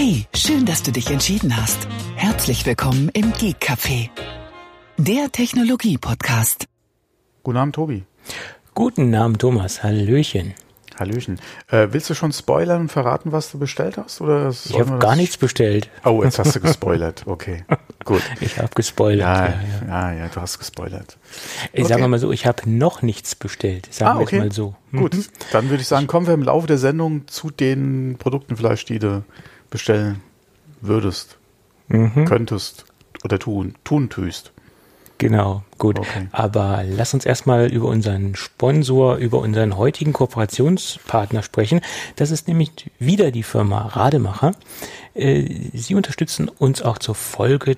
Hey, schön, dass du dich entschieden hast. Herzlich willkommen im Geek Café, der Technologie-Podcast. Guten Abend, Tobi. Guten Abend, Thomas. Hallöchen. Hallöchen. Willst du schon spoilern und verraten, was du bestellt hast? Oder ich habe gar nichts bestellt. Oh, jetzt hast du gespoilert. Okay, gut. Ich habe gespoilert. Ja, du hast gespoilert. Sagen wir mal so, ich habe noch nichts bestellt. Sagen wir es mal so. Gut, dann würde ich sagen, kommen wir im Laufe der Sendung zu den Produkten vielleicht, die du bestellen würdest, könntest oder tust. Genau, gut. Okay. Aber lass uns erstmal über unseren Sponsor, über unseren heutigen Kooperationspartner sprechen. Das ist nämlich wieder die Firma Rademacher. Sie unterstützen uns auch zur Folge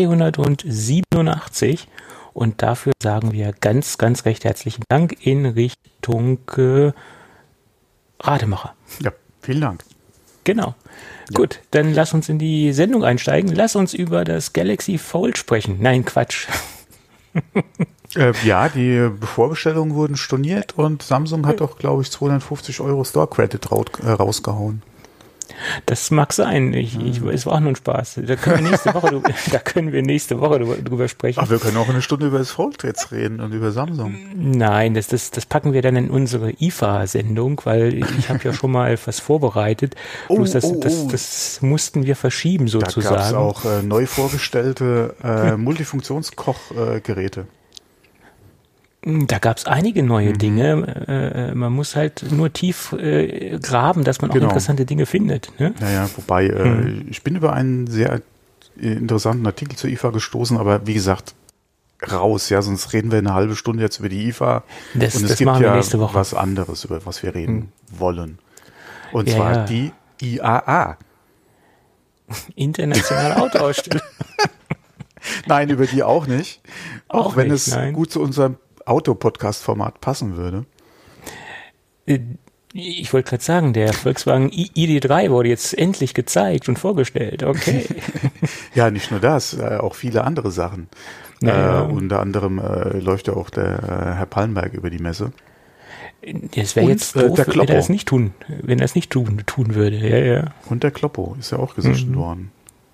387 und dafür sagen wir ganz, ganz recht herzlichen Dank in Richtung Rademacher. Ja, vielen Dank. Genau. Ja. Gut, dann lass uns in die Sendung einsteigen. Lass uns über das Galaxy Fold sprechen. Nein, Quatsch. Ja, die Vorbestellungen wurden storniert und Samsung hat doch, glaube ich, 250 € Store-Credit rausgehauen. Das mag sein. Es war auch nur ein Spaß. Da können wir nächste Woche drüber sprechen. Ach, wir können auch eine Stunde über das Fold jetzt reden und über Samsung. Nein, das packen wir dann in unsere IFA-Sendung, weil ich habe ja schon mal was vorbereitet. Bloß das mussten wir verschieben sozusagen. Da gab es auch neu vorgestellte Multifunktionskochgeräte. Da gab es einige neue Dinge. Man muss halt nur tief graben, dass man auch interessante Dinge findet. Ne? Naja, wobei ich bin über einen sehr interessanten Artikel zur IFA gestoßen, aber wie gesagt, raus, ja, sonst reden wir eine halbe Stunde jetzt über die IFA. Und es gibt ja nächste Woche was anderes, über was wir reden wollen. Und zwar die IAA. Internationale Autoausstellung. Nein, über die auch nicht. Auch wenn nicht, es gut zu unserem Auto-Podcast-Format passen würde. Ich wollte gerade sagen, der Volkswagen ID.3 wurde jetzt endlich gezeigt und vorgestellt. Okay. Ja, nicht nur das, auch viele andere Sachen. Naja. Unter anderem läuft ja auch der Herr Pallenberg über die Messe. Das wäre jetzt doof, wenn er das nicht tun würde. Ja. Und der Kloppo ist ja auch gesichtet worden.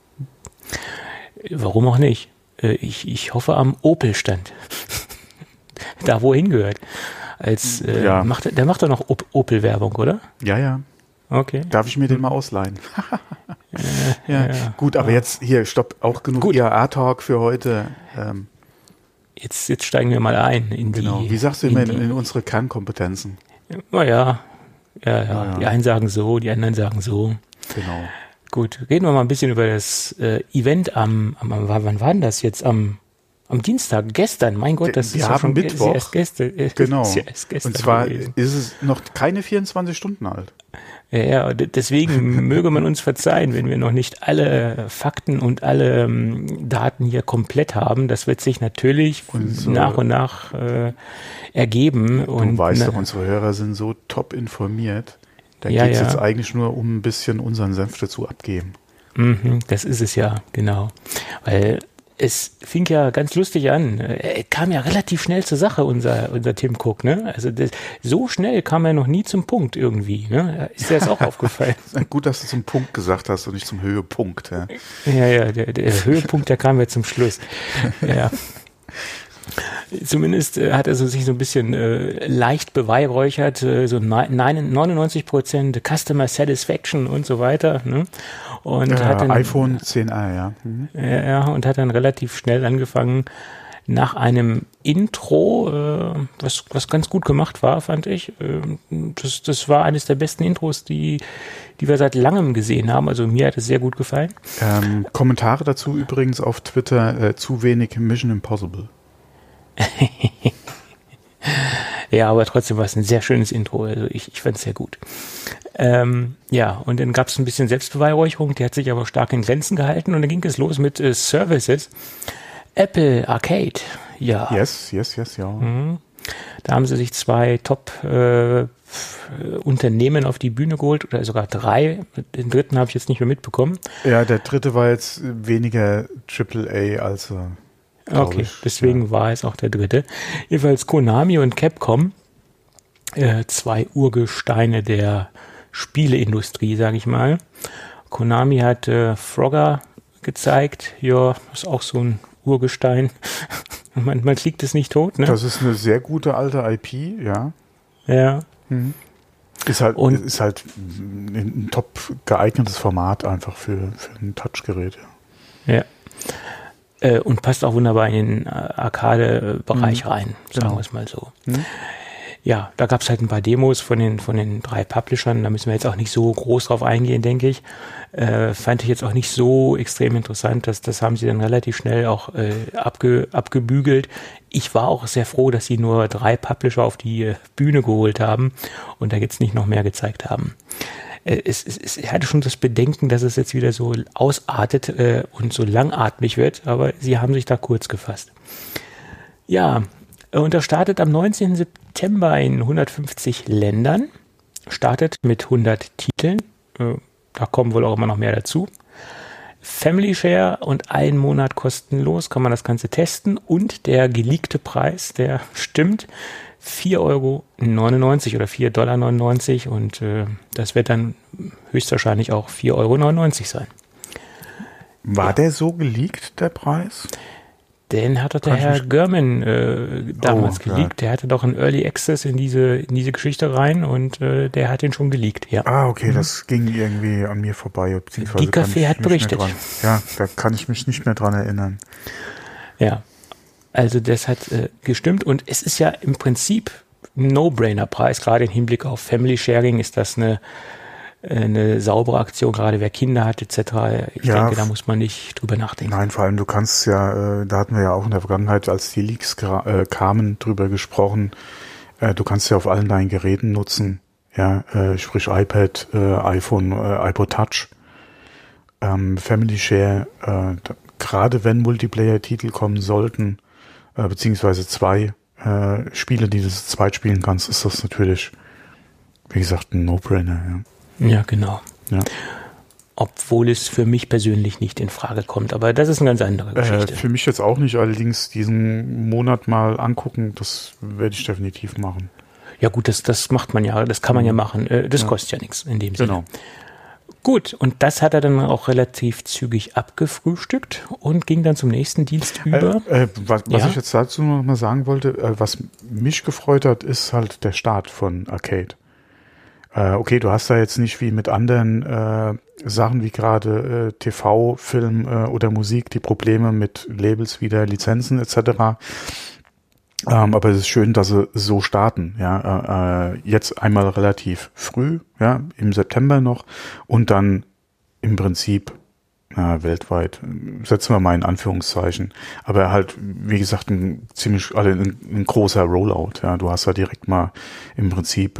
Warum auch nicht? Ich hoffe am Opel-Stand. Da, wo er hingehört. Der macht doch noch Opel-Werbung, oder? Ja. Okay. Darf ich mir den mal ausleihen? Ja. Gut, aber jetzt hier, stopp, auch genug IAA-Talk für heute. Jetzt steigen wir mal ein in die. Genau. Wie sagst du immer in unsere Kernkompetenzen? Ja. Die einen sagen so, die anderen sagen so. Genau. Gut, reden wir mal ein bisschen über das Event wann war denn das jetzt? Am Dienstag, gestern, mein Gott, das ist ja schon Mittwoch. Erst gestern. Genau. Erst gestern und zwar gewesen. ist es noch keine 24 Stunden alt. Ja, deswegen möge man uns verzeihen, wenn wir noch nicht alle Fakten und alle Daten hier komplett haben. Das wird sich natürlich nach und nach ergeben. Du weißt doch, unsere Hörer sind so top informiert. Da geht es jetzt eigentlich nur um ein bisschen unseren Senf dazu abgeben. Das ist es ja, genau. Weil es fing ja ganz lustig an. Er kam ja relativ schnell zur Sache, unser Tim Cook. Ne? Also so schnell kam er noch nie zum Punkt irgendwie. Ne? Ist dir das auch aufgefallen? Gut, dass du zum Punkt gesagt hast und nicht zum Höhepunkt. Ja, der Höhepunkt, der kam ja zum Schluss. Ja. Zumindest hat er sich so ein bisschen leicht beweihräuchert, so 99% Customer Satisfaction und so weiter. Ne? Und hat dann, iPhone 10a, ja. Ja, und hat dann relativ schnell angefangen, nach einem Intro, was ganz gut gemacht war, fand ich. Das war eines der besten Intros, die wir seit langem gesehen haben. Also mir hat es sehr gut gefallen. Kommentare dazu übrigens auf Twitter, zu wenig Mission Impossible. Ja, aber trotzdem war es ein sehr schönes Intro. Also ich fand es sehr gut. Und dann gab es ein bisschen Selbstbeweihräucherung, die hat sich aber stark in Grenzen gehalten und dann ging es los mit Services. Apple Arcade, ja. Yes, ja. Da haben sie sich 2 Top-Unternehmen auf die Bühne geholt oder sogar 3. Den dritten habe ich jetzt nicht mehr mitbekommen. Ja, der dritte war jetzt weniger AAA als okay, deswegen war es auch der dritte. Jedenfalls Konami und Capcom, 2 Urgesteine der Spieleindustrie, sage ich mal. Konami hat Frogger gezeigt. Ja, ist auch so ein Urgestein. Man kriegt es nicht tot, ne? Das ist eine sehr gute alte IP, ja. Ja. Mhm. Ist halt ein top geeignetes Format einfach für ein Touchgerät. Ja. Und passt auch wunderbar in den Arcade-Bereich rein, sagen wir es mal so. Mhm. Ja, da gab es halt ein paar Demos von den 3 Publishern, da müssen wir jetzt auch nicht so groß drauf eingehen, denke ich. Fand ich jetzt auch nicht so extrem interessant, das haben sie dann relativ schnell auch abgebügelt. Ich war auch sehr froh, dass sie nur 3 Publisher auf die Bühne geholt haben und da jetzt nicht noch mehr gezeigt haben. Es hatte schon das Bedenken, dass es jetzt wieder so ausartet und so langatmig wird, aber sie haben sich da kurz gefasst. Ja, und das startet am 19. September in 150 Ländern, startet mit 100 Titeln, da kommen wohl auch immer noch mehr dazu. Family Share und 1 Monat kostenlos kann man das Ganze testen und der geleakte Preis, der stimmt, 4,99 Euro oder 4,99 $, und das wird dann höchstwahrscheinlich auch 4,99 Euro sein. War der so geleakt, der Preis? Den hat doch der Herr Gurman damals geleakt. Der hatte doch einen Early Access in diese Geschichte rein und der hat den schon geleakt, ja. Ah, okay, das ging irgendwie an mir vorbei. Die Café hat berichtet. Ja, da kann ich mich nicht mehr dran erinnern. Ja, also das hat gestimmt und es ist ja im Prinzip ein No-Brainer-Preis. Gerade im Hinblick auf Family Sharing ist das eine saubere Aktion, gerade wer Kinder hat etc. Ich denke, da muss man nicht drüber nachdenken. Nein, vor allem du kannst ja, da hatten wir ja auch in der Vergangenheit, als die Leaks kamen, drüber gesprochen, du kannst ja auf allen deinen Geräten nutzen, ja, sprich iPad, iPhone, iPod Touch, Family Share, gerade wenn Multiplayer-Titel kommen sollten, beziehungsweise 2 Spiele, die du zu zweit spielen kannst, ist das natürlich, wie gesagt, ein No-Brainer, ja. Ja, genau. Ja. Obwohl es für mich persönlich nicht in Frage kommt, aber das ist eine ganz andere Geschichte. Für mich jetzt auch nicht, allerdings diesen Monat mal angucken, das werde ich definitiv machen. Ja gut, das macht man ja, das kann man ja machen, das kostet ja nichts in dem Sinne. Genau. Gut, und das hat er dann auch relativ zügig abgefrühstückt und ging dann zum nächsten Dienst über. Was ich jetzt dazu noch mal sagen wollte, was mich gefreut hat, ist halt der Start von Arcade. Okay, du hast da jetzt nicht wie mit anderen Sachen wie gerade TV, Film oder Musik die Probleme mit Labels wie der Lizenzen etc. Aber es ist schön, dass sie so starten. Ja, jetzt einmal relativ früh, ja, im September noch und dann im Prinzip weltweit, setzen wir mal in Anführungszeichen, aber halt, wie gesagt, ein großer Rollout. Ja, du hast da direkt mal im Prinzip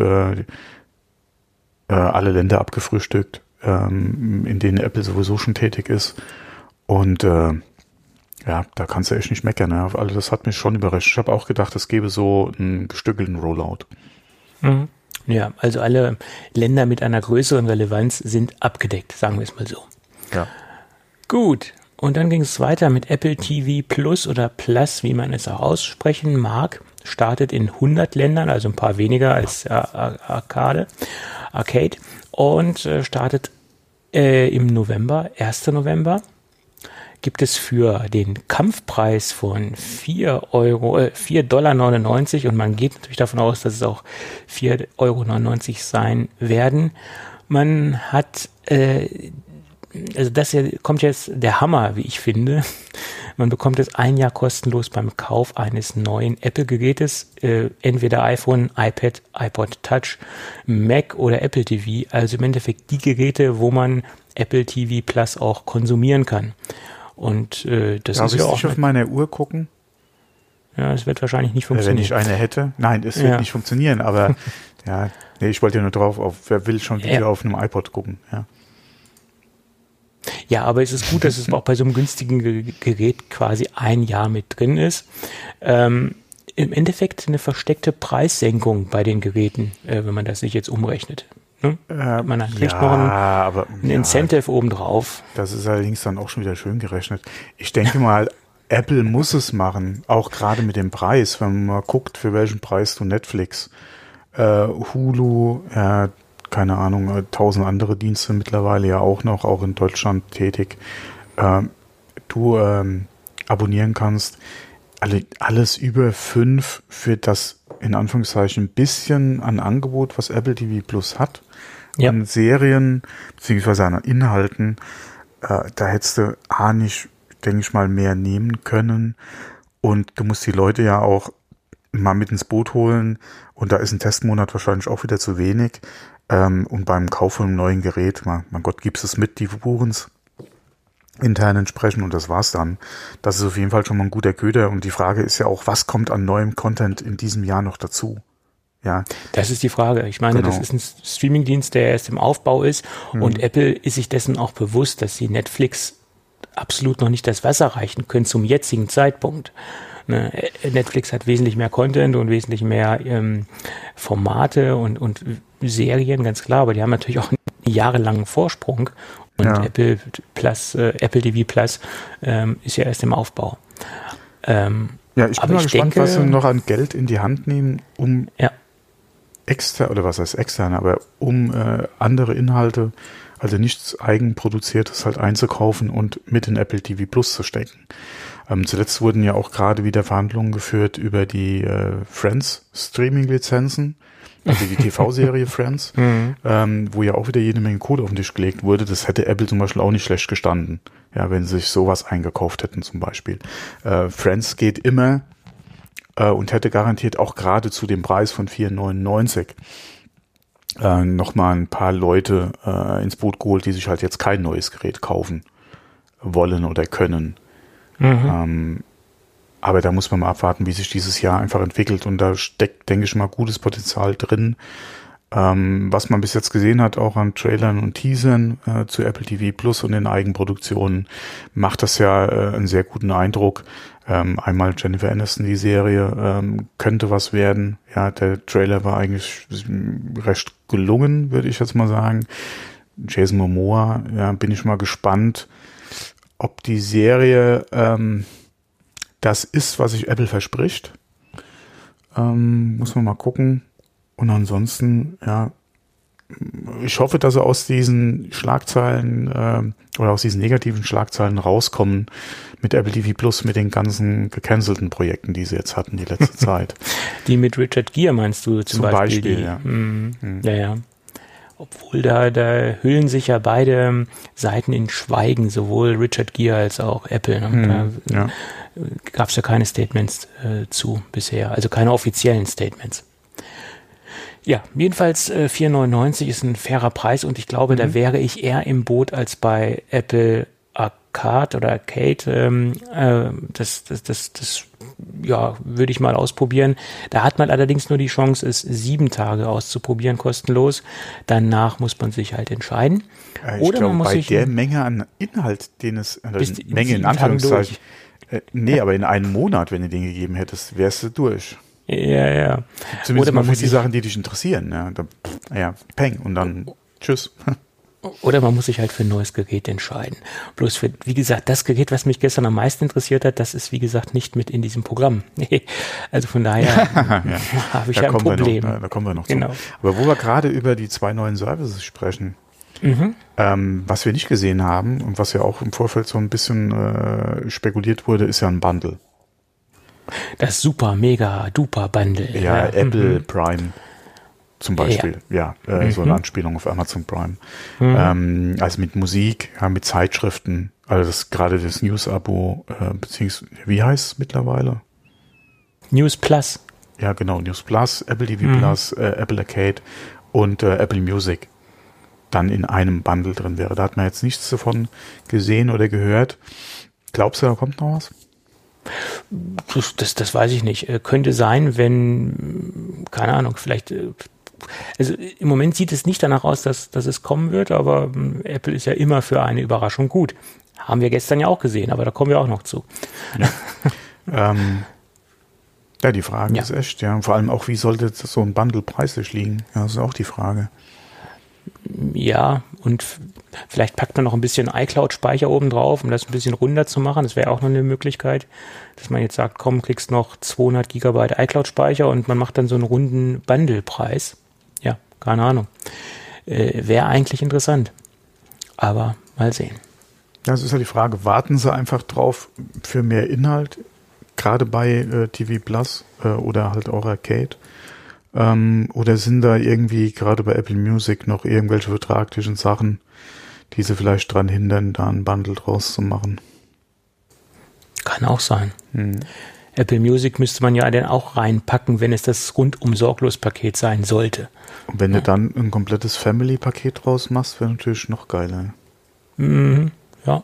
alle Länder abgefrühstückt, in denen Apple sowieso schon tätig ist. Und ja, da kannst du echt nicht meckern. Ja. Also das hat mich schon überrascht. Ich habe auch gedacht, es gäbe so einen gestückelten Rollout. Mhm. Ja, also alle Länder mit einer größeren Relevanz sind abgedeckt, sagen wir es mal so. Ja. Gut, und dann ging es weiter mit Apple TV Plus oder Plus, wie man es auch aussprechen mag. Startet in 100 Ländern, also ein paar weniger als Arcade und startet im November, 1. November. Gibt es für den Kampfpreis von 4,99 $, und man geht natürlich davon aus, dass es auch 4,99 € sein werden. Man hat, also das hier kommt jetzt der Hammer, wie ich finde. Man bekommt jetzt 1 Jahr kostenlos beim Kauf eines neuen Apple-Gerätes, entweder iPhone, iPad, iPod Touch, Mac oder Apple TV. Also im Endeffekt die Geräte, wo man Apple TV Plus auch konsumieren kann. Und das ist ja auch. Darf ich auf meine Uhr gucken? Ja, es wird wahrscheinlich nicht funktionieren. Wenn ich eine hätte? Nein, es wird nicht funktionieren, aber ja, nee, ich wollte ja nur drauf, wer will schon Video auf einem iPod gucken, ja. Ja, aber es ist gut, dass es auch bei so einem günstigen Gerät quasi 1 Jahr mit drin ist. Im Endeffekt eine versteckte Preissenkung bei den Geräten, wenn man das sich jetzt umrechnet. Ne? Man kriegt noch ein Incentive obendrauf. Das ist allerdings dann auch schon wieder schön gerechnet. Ich denke mal, Apple muss es machen, auch gerade mit dem Preis, wenn man mal guckt, für welchen Preis du Netflix, Hulu, keine Ahnung, 1000 andere Dienste mittlerweile ja auch noch, auch in Deutschland tätig, du abonnieren kannst. Alles über 5 für das, in Anführungszeichen, ein bisschen an Angebot, was Apple TV Plus hat, an Serien, beziehungsweise an Inhalten. Da hättest du nicht, denke ich mal, mehr nehmen können. Und du musst die Leute ja auch mal mit ins Boot holen. Und da ist ein Testmonat wahrscheinlich auch wieder zu wenig. Und beim Kauf von einem neuen Gerät, mein Gott, gibst es mit, die Buchens intern entsprechen und das war's dann. Das ist auf jeden Fall schon mal ein guter Köder. Und die Frage ist ja auch, was kommt an neuem Content in diesem Jahr noch dazu? Ja. Das ist die Frage. Ich meine, das ist ein Streamingdienst, der erst im Aufbau ist und Apple ist sich dessen auch bewusst, dass sie Netflix absolut noch nicht das Wasser reichen können zum jetzigen Zeitpunkt. Netflix hat wesentlich mehr Content und wesentlich mehr Formate und Serien, ganz klar, aber die haben natürlich auch einen jahrelangen Vorsprung und Apple TV Plus ist ja erst im Aufbau. Ich bin mal gespannt, was sie noch an Geld in die Hand nehmen, um um andere Inhalte, also nichts Eigenproduziertes halt einzukaufen und mit in Apple TV Plus zu stecken. Zuletzt wurden ja auch gerade wieder Verhandlungen geführt über die Friends Streaming-Lizenzen, also die TV-Serie Friends, wo ja auch wieder jede Menge Kohle auf den Tisch gelegt wurde. Das hätte Apple zum Beispiel auch nicht schlecht gestanden, ja, wenn sie sich sowas eingekauft hätten zum Beispiel. Friends geht immer und hätte garantiert auch gerade zu dem Preis von 4,99 nochmal ein paar Leute ins Boot geholt, die sich halt jetzt kein neues Gerät kaufen wollen oder können. Aber da muss man mal abwarten, wie sich dieses Jahr einfach entwickelt. Und da steckt, denke ich mal, gutes Potenzial drin. Was man bis jetzt gesehen hat, auch an Trailern und Teasern zu Apple TV Plus und den Eigenproduktionen, macht das ja einen sehr guten Eindruck. Einmal Jennifer Aniston, die Serie, könnte was werden. Ja, der Trailer war eigentlich recht gelungen, würde ich jetzt mal sagen. Jason Momoa, ja, bin ich mal gespannt, ob die Serie das ist, was sich Apple verspricht. Muss man mal gucken. Und ansonsten, ja, ich hoffe, dass sie aus diesen Schlagzeilen oder aus diesen negativen Schlagzeilen rauskommen mit Apple TV Plus, mit den ganzen gecancelten Projekten, die sie jetzt hatten die letzte Zeit. Die mit Richard Gere meinst du zum Beispiel? Ja. Ja. Obwohl da hüllen sich ja beide Seiten in Schweigen, sowohl Richard Gere als auch Apple. Ne? Da gab es ja keine Statements zu bisher, also keine offiziellen Statements. Ja, jedenfalls 4,99 ist ein fairer Preis und ich glaube, da wäre ich eher im Boot als bei Apple Arcade oder Arcade. Das würde ich mal ausprobieren. Da hat man allerdings nur die Chance, es 7 Tage auszuprobieren, kostenlos. Danach muss man sich halt entscheiden. Oder man muss sich der Menge an Inhalt, den es, Menge in Anführungszeichen, aber in einem Monat, wenn du den gegeben hättest, wärst du durch. Ja. Zumindest mal für die Sachen, die dich interessieren. Peng und dann tschüss. Oder man muss sich halt für ein neues Gerät entscheiden. Bloß für, wie gesagt, das Gerät, was mich gestern am meisten interessiert hat, das ist, wie gesagt, nicht mit in diesem Programm. Also von daher habe ich ein Problem. Da kommen wir noch genau. zu. Aber wo wir gerade über die 2 neuen Services sprechen, was wir nicht gesehen haben und was ja auch im Vorfeld so ein bisschen spekuliert wurde, ist ja ein Bundle. Das super, mega, duper Bundle. Ja, Apple Prime zum Beispiel. So eine Anspielung auf Amazon Prime. Also mit Musik, mit Zeitschriften, also gerade das News-Abo, beziehungsweise, wie heißt es mittlerweile? News Plus. Ja, genau, News Plus, Apple TV Plus, Apple Arcade und Apple Music dann in einem Bundle drin wäre. Da hat man jetzt nichts davon gesehen oder gehört. Glaubst du, da kommt noch was? Das weiß ich nicht. Könnte sein, wenn, keine Ahnung, vielleicht, also im Moment sieht es nicht danach aus, dass es kommen wird, aber Apple ist ja immer für eine Überraschung gut. Haben wir gestern ja auch gesehen, aber da kommen wir auch noch zu. Ja, die Frage ist echt, ja. Vor allem auch, wie sollte so ein Bundle preislich liegen? Ja, das ist auch die Frage. Ja, und vielleicht packt man noch ein bisschen iCloud-Speicher oben drauf, um das ein bisschen runder zu machen. Das wäre auch noch eine Möglichkeit, dass man jetzt sagt, komm, kriegst noch 200 Gigabyte iCloud-Speicher und man macht dann so einen runden Bundle-Preis. Ja, keine Ahnung. wäre eigentlich interessant. Aber mal sehen. Ja, es ist ja die Frage, warten sie einfach drauf für mehr Inhalt, gerade bei TV Plus oder halt auch Arcade? Oder sind da irgendwie gerade bei Apple Music noch irgendwelche vertraglichen Sachen, die sie vielleicht dran hindern, da ein Bundle draus zu machen? Kann auch sein. Apple Music müsste man ja dann auch reinpacken, wenn es das Rundum-Sorglos-Paket sein sollte. Und wenn du dann ein komplettes Family-Paket draus machst, wäre natürlich noch geiler. Ja.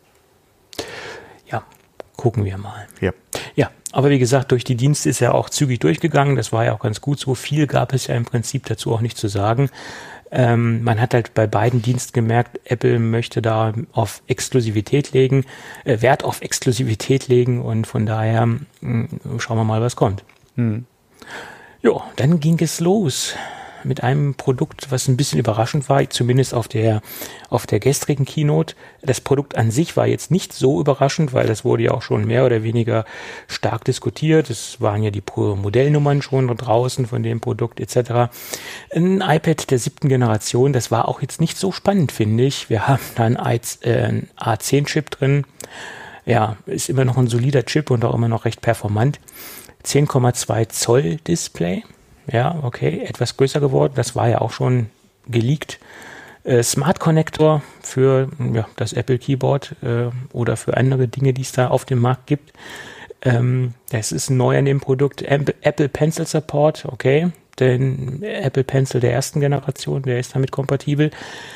Ja, gucken wir mal. Ja, aber wie gesagt, durch die Dienste ist er auch zügig durchgegangen. Das war ja auch ganz gut. So viel gab es ja im Prinzip dazu auch nicht zu sagen. Man hat halt bei beiden Diensten gemerkt, Apple möchte da auf Exklusivität legen, Wert auf Exklusivität legen und von daher schauen wir mal, was kommt. Jo, dann ging es los mit einem Produkt, was ein bisschen überraschend war, zumindest auf der gestrigen Keynote. Das Produkt an sich war jetzt nicht so überraschend, weil das wurde ja auch schon mehr oder weniger stark diskutiert. Es waren ja die Modellnummern schon draußen von dem Produkt etc. Ein iPad der 7. Generation, das war auch jetzt nicht so spannend, finde ich. Wir haben da einen A10-Chip drin. Ja, ist immer noch ein solider Chip und auch immer noch recht performant. 10,2 Zoll Display. Ja, okay, etwas größer geworden. Das war ja auch schon geleakt. Smart Connector für das Apple Keyboard oder für andere Dinge, die es da auf dem Markt gibt. Das ist neu an dem Produkt. Apple Pencil Support, okay. Den Apple Pencil der 1. Generation, der ist damit kompatibel.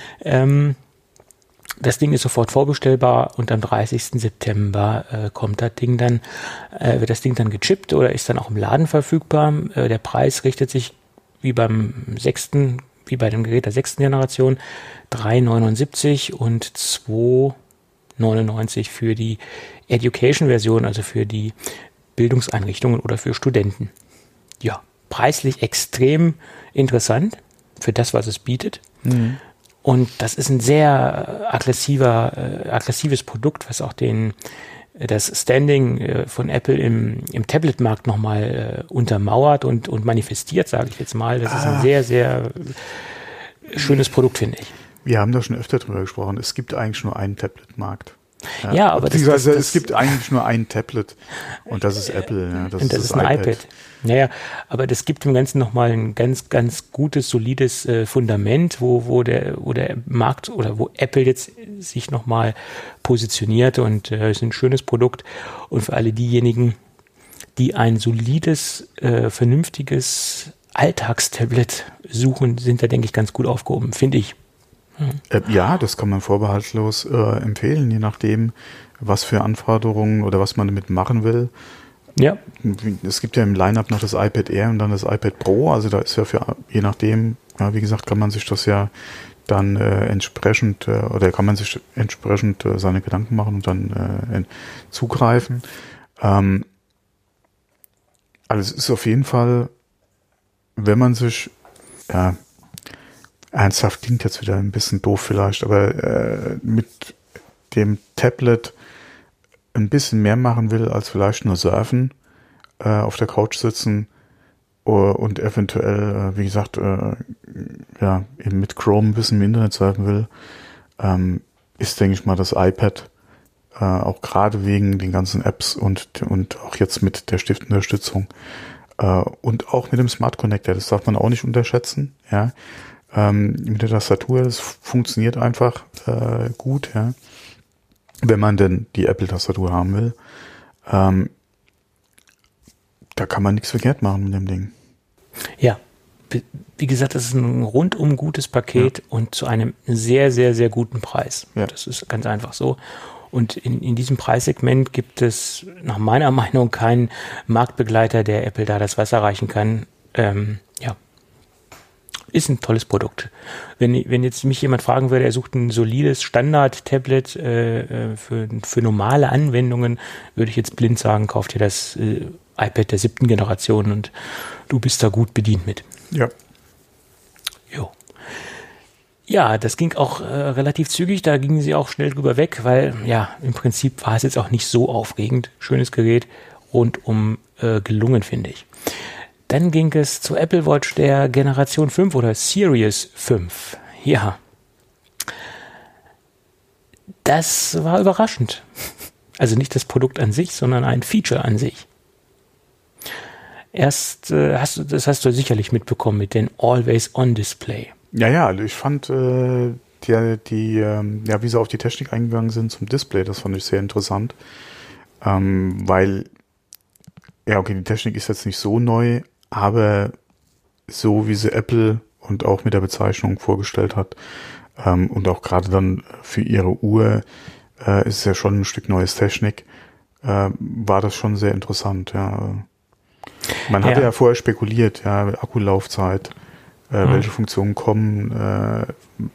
Das Ding ist sofort vorbestellbar und am 30. September wird das Ding dann gechippt oder ist dann auch im Laden verfügbar. Der Preis richtet sich wie bei dem Gerät der 6. Generation 3,79 und 2,99 für die Education-Version, also für die Bildungseinrichtungen oder für Studenten. Ja, preislich extrem interessant für das, was es bietet. Und das ist ein sehr aggressives Produkt, was auch das Standing von Apple im Tablet-Markt nochmal untermauert und manifestiert, sage ich jetzt mal. Das ist ein sehr, sehr schönes Produkt, finde ich. Wir haben da schon öfter drüber gesprochen. Es gibt eigentlich nur einen Tablet-Markt. Ja, aber es gibt eigentlich nur ein Tablet und das ist Apple. Ja, das ist ein iPad. Naja, aber das gibt dem Ganzen nochmal ein ganz, ganz gutes, solides Fundament, wo der Markt oder wo Apple jetzt sich nochmal positioniert und es ist ein schönes Produkt. Und für alle diejenigen, die ein solides, vernünftiges Alltagstablet suchen, sind da, denke ich, ganz gut aufgehoben, finde ich. Ja, das kann man vorbehaltlos empfehlen, je nachdem, was für Anforderungen oder was man damit machen will. Ja. Es gibt ja im Line-Up noch das iPad Air und dann das iPad Pro, also da ist ja je nachdem, ja, wie gesagt, kann man sich das ja dann entsprechend seine Gedanken machen und dann zugreifen. Also es ist auf jeden Fall, wenn man sich, ja, ernsthaft klingt jetzt wieder ein bisschen doof vielleicht, aber mit dem Tablet ein bisschen mehr machen will, als vielleicht nur surfen, auf der Couch sitzen und eventuell, wie gesagt, eben mit Chrome ein bisschen im Internet surfen will, ist, denke ich mal, das iPad auch gerade wegen den ganzen Apps und auch jetzt mit der Stiftunterstützung und auch mit dem Smart Connector, das darf man auch nicht unterschätzen, ja. Mit der Tastatur, das funktioniert einfach gut, ja, wenn man denn die Apple-Tastatur haben will. Da kann man nichts verkehrt machen mit dem Ding. Ja, wie gesagt, das ist ein rundum gutes Paket und zu einem sehr, sehr, sehr guten Preis. Ja. Das ist ganz einfach so. Und in diesem Preissegment gibt es nach meiner Meinung keinen Marktbegleiter, der Apple da das Wasser reichen kann. Ist ein tolles Produkt. Wenn jetzt mich jemand fragen würde, er sucht ein solides Standard-Tablet für normale Anwendungen, würde ich jetzt blind sagen, kauf dir das iPad der 7. Generation und du bist da gut bedient mit. Ja. Jo. Ja, das ging auch relativ zügig, da gingen sie auch schnell drüber weg, weil ja, im Prinzip war es jetzt auch nicht so aufregend. Schönes Gerät, rundum gelungen, finde ich. Dann ging es zur Apple Watch der Generation 5 oder Series 5. Ja. Das war überraschend. Also nicht das Produkt an sich, sondern ein Feature an sich. Das hast du sicherlich mitbekommen mit den Always-On-Display. Ja, also ich fand wie sie auf die Technik eingegangen sind zum Display, das fand ich sehr interessant. Weil, die Technik ist jetzt nicht so neu, aber so wie sie Apple und auch mit der Bezeichnung vorgestellt hat, und auch gerade dann für ihre Uhr, ist es ja schon ein Stück neues Technik, war das schon sehr interessant, ja. Man hatte ja vorher spekuliert, Akkulaufzeit, welche Funktionen kommen.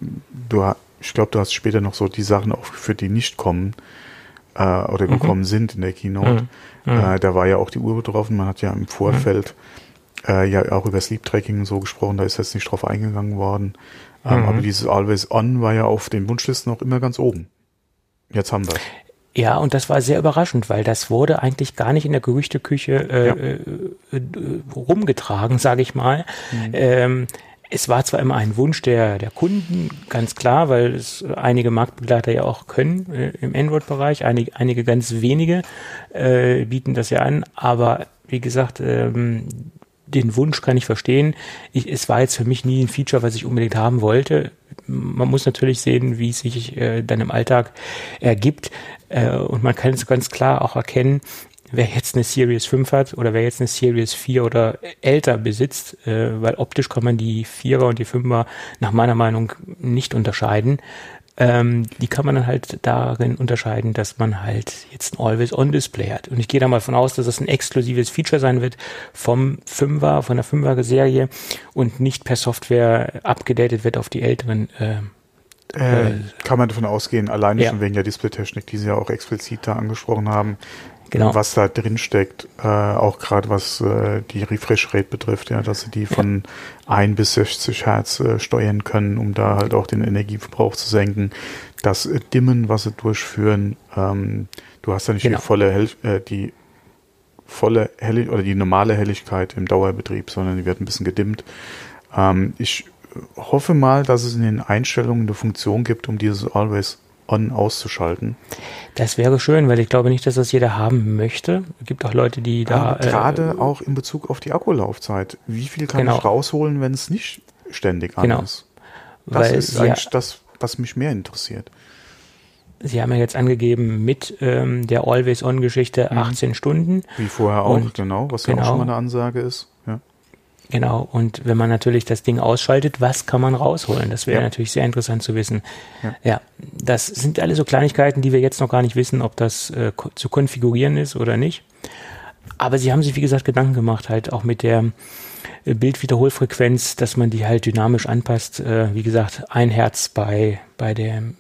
Ich glaube, du hast später noch so die Sachen aufgeführt, die nicht kommen oder gekommen sind in der Keynote. Da war ja auch die Uhr betroffen. Man hat ja im Vorfeld auch über Sleep Tracking so gesprochen, da ist jetzt nicht drauf eingegangen worden. Aber dieses Always On war ja auf den Wunschlisten auch immer ganz oben. Jetzt haben wir es. Ja, und das war sehr überraschend, weil das wurde eigentlich gar nicht in der Gerüchteküche rumgetragen, sage ich mal. Es war zwar immer ein Wunsch der Kunden, ganz klar, weil es einige Marktbegleiter ja auch können im Android-Bereich, einige ganz wenige bieten das ja an, aber wie gesagt, den Wunsch kann ich verstehen. Es war jetzt für mich nie ein Feature, was ich unbedingt haben wollte. Man muss natürlich sehen, wie es sich dann im Alltag ergibt. Und man kann es ganz klar auch erkennen, wer jetzt eine Series 5 hat oder wer jetzt eine Series 4 oder älter besitzt, weil optisch kann man die 4er und die 5er nach meiner Meinung nicht unterscheiden. Die kann man dann halt darin unterscheiden, dass man halt jetzt ein Always-On-Display hat. Und ich gehe da mal von aus, dass das ein exklusives Feature sein wird von der 5er-Serie und nicht per Software abgedatet wird auf die älteren. Kann man davon ausgehen, alleine schon wegen der Displaytechnik, die Sie ja auch explizit da angesprochen haben. Genau. Was da drin steckt, auch gerade was die Refresh-Rate betrifft, dass sie die von 1 bis 60 Hertz steuern können, um da halt auch den Energieverbrauch zu senken. Das Dimmen, was sie durchführen, du hast ja nicht die normale Helligkeit im Dauerbetrieb, sondern die wird ein bisschen gedimmt. Ich hoffe mal, dass es in den Einstellungen eine Funktion gibt, um dieses Always On auszuschalten. Das wäre schön, weil ich glaube nicht, dass das jeder haben möchte. Es gibt auch Leute, die gerade auch in Bezug auf die Akkulaufzeit. Wie viel kann ich rausholen, wenn es nicht ständig an ist? Das ist eigentlich das, was mich mehr interessiert. Sie haben ja jetzt angegeben mit der Always-On-Geschichte 18 Stunden. Wie vorher auch, was ja auch schon mal eine Ansage ist. Ja. Genau, und wenn man natürlich das Ding ausschaltet, was kann man rausholen? Das wäre natürlich sehr interessant zu wissen. Ja, das sind alle so Kleinigkeiten, die wir jetzt noch gar nicht wissen, ob das zu konfigurieren ist oder nicht. Aber sie haben sich, wie gesagt, Gedanken gemacht, halt auch mit der Bildwiederholfrequenz, dass man die halt dynamisch anpasst. Wie gesagt, 1 Hertz bei dem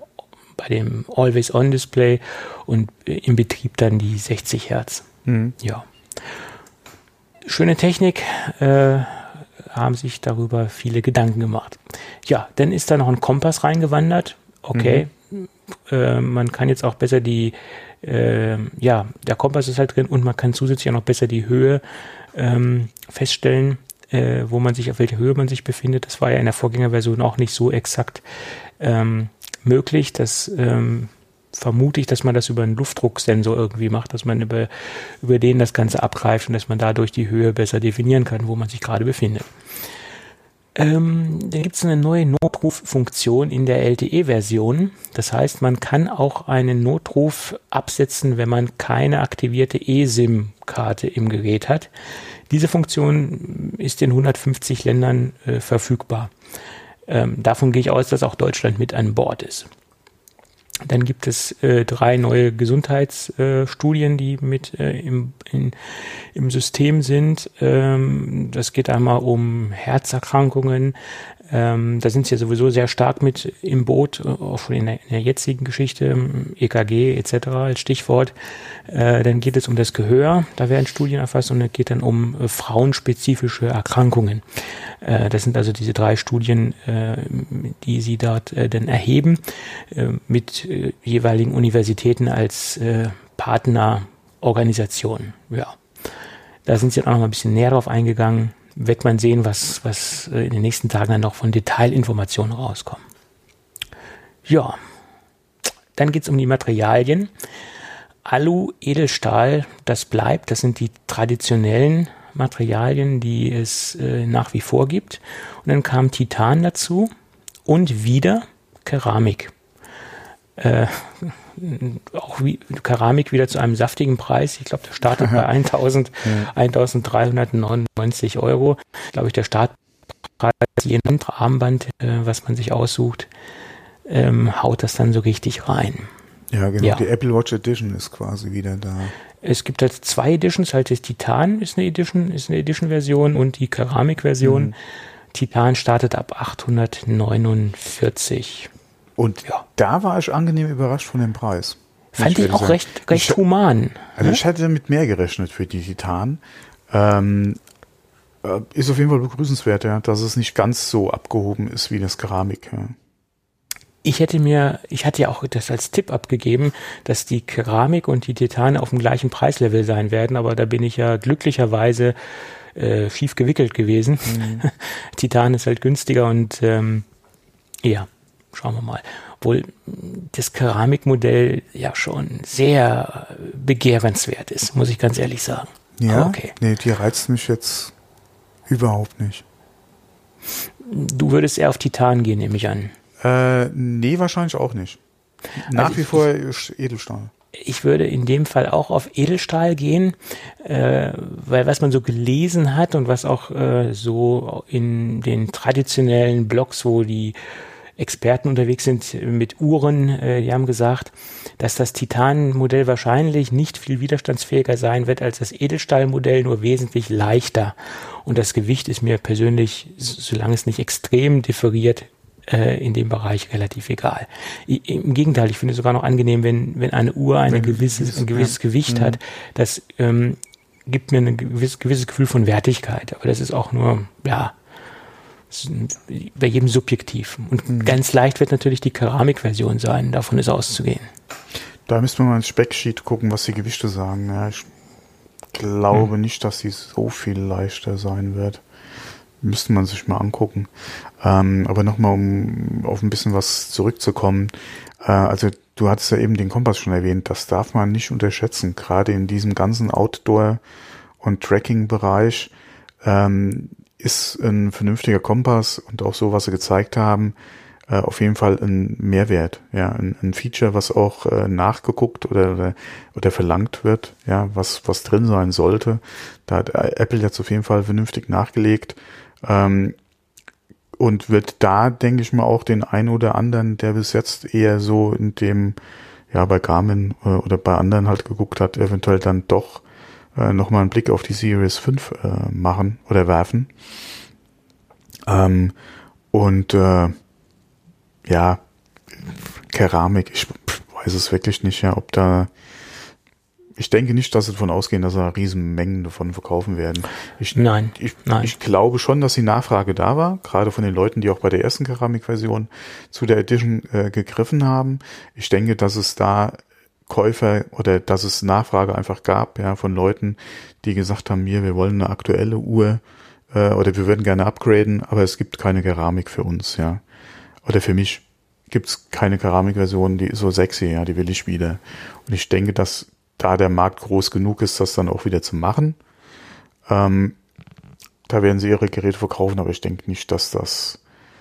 Always-On-Display und im Betrieb dann die 60 Hertz. Ja. Schöne Technik, haben sich darüber viele Gedanken gemacht. Ja, dann ist da noch ein Kompass reingewandert. Okay, man kann jetzt auch besser der Kompass ist halt drin und man kann zusätzlich auch noch besser die Höhe feststellen, auf welcher Höhe man sich befindet. Das war ja in der Vorgängerversion auch nicht so exakt möglich. Das vermute ich, dass man das über einen Luftdrucksensor irgendwie macht, dass man über den das Ganze abgreift und dass man dadurch die Höhe besser definieren kann, wo man sich gerade befindet. Dann gibt es eine neue Notruffunktion in der LTE-Version. Das heißt, man kann auch einen Notruf absetzen, wenn man keine aktivierte eSIM-Karte im Gerät hat. Diese Funktion ist in 150 Ländern verfügbar. Davon gehe ich aus, dass auch Deutschland mit an Bord ist. Dann gibt es 3 neue Gesundheitsstudien, die mit im System sind. Das geht einmal um Herzerkrankungen. Da sind sie ja sowieso sehr stark mit im Boot, auch schon in der jetzigen Geschichte, EKG etc. als Stichwort. Dann geht es um das Gehör, da werden Studien erfasst und es geht dann um frauenspezifische Erkrankungen. Das sind also diese 3 Studien, die sie dort dann erheben, mit jeweiligen Universitäten als Partnerorganisationen. Ja. Da sind sie dann auch noch mal ein bisschen näher drauf eingegangen. wird man sehen, was in den nächsten Tagen dann noch von Detailinformationen rauskommen. Ja, dann geht es um die Materialien. Alu, Edelstahl, das bleibt. Das sind die traditionellen Materialien, die es nach wie vor gibt. Und dann kam Titan dazu und wieder Keramik. Auch Keramik wieder zu einem saftigen Preis. Ich glaube, der startet bei 1.399 Euro. Glaube ich, der Startpreis, je nach Armband, was man sich aussucht, haut das dann so richtig rein. Ja, genau. Ja. Die Apple Watch Edition ist quasi wieder da. Es gibt halt 2 Editions, halt das Titan ist eine Edition-Version und die Keramik-Version. Titan startet ab 849. Und da war ich angenehm überrascht von dem Preis. Fand ich auch recht human. Also ich hätte mit mehr gerechnet für die Titan. Ist auf jeden Fall begrüßenswert, ja, dass es nicht ganz so abgehoben ist wie das Keramik. Ja. Ich hatte ja auch das als Tipp abgegeben, dass die Keramik und die Titan auf dem gleichen Preislevel sein werden, aber da bin ich ja glücklicherweise schief gewickelt gewesen. Titan ist halt günstiger und ja, schauen wir mal. Obwohl das Keramikmodell ja schon sehr begehrenswert ist, muss ich ganz ehrlich sagen. Ja, okay. Nee, die reizt mich jetzt überhaupt nicht. Du würdest eher auf Titan gehen, nehme ich an. Nee, wahrscheinlich auch nicht. Nach wie vor Edelstahl. Ich würde in dem Fall auch auf Edelstahl gehen, weil was man so gelesen hat und was auch so in den traditionellen Blogs, wo die Experten unterwegs sind mit Uhren, die haben gesagt, dass das Titan-Modell wahrscheinlich nicht viel widerstandsfähiger sein wird als das Edelstahl-Modell, nur wesentlich leichter. Und das Gewicht ist mir persönlich, solange es nicht extrem differiert, in dem Bereich relativ egal. Im Gegenteil, ich finde es sogar noch angenehm, wenn eine Uhr ein gewisses Gewicht hat. Das gibt mir ein gewisses Gefühl von Wertigkeit. Aber das ist auch nur, ja, bei jedem subjektiv. Und ganz leicht wird natürlich die Keramikversion sein. Davon ist auszugehen. Da müsste man mal ins Specsheet gucken, was die Gewichte sagen. Ja, ich glaube nicht, dass sie so viel leichter sein wird. Müsste man sich mal angucken. Aber nochmal, um auf ein bisschen was zurückzukommen. Also du hattest ja eben den Kompass schon erwähnt. Das darf man nicht unterschätzen. Gerade in diesem ganzen Outdoor- und Tracking-Bereich ist ein vernünftiger Kompass und auch so, was sie gezeigt haben, auf jeden Fall ein Mehrwert. Ja, ein Feature, was auch nachgeguckt oder verlangt wird. Ja, was drin sein sollte. Da hat Apple jetzt auf jeden Fall vernünftig nachgelegt. Und wird da, denke ich mal, auch den einen oder anderen, der bis jetzt eher so in dem, ja, bei Garmin oder bei anderen halt geguckt hat, eventuell dann doch nochmal einen Blick auf die Series 5 machen oder werfen. Ja, Keramik, ich weiß es wirklich nicht, ja, ob da, ich denke nicht, dass sie davon ausgehen, dass da riesen Mengen davon verkaufen werden. Nein. Ich glaube schon, dass die Nachfrage da war, gerade von den Leuten, die auch bei der ersten Keramikversion zu der Edition gegriffen haben. Ich denke, dass es da Käufer oder dass es Nachfrage einfach gab, ja, von Leuten, die gesagt haben, wir wollen eine aktuelle Uhr oder wir würden gerne upgraden, aber es gibt keine Keramik für uns, ja. Oder für mich gibt's keine Keramikversion, die ist so sexy, ja, die will ich wieder. Und ich denke, dass da der Markt groß genug ist, das dann auch wieder zu machen. Da werden sie ihre Geräte verkaufen, aber ich denke nicht, dass das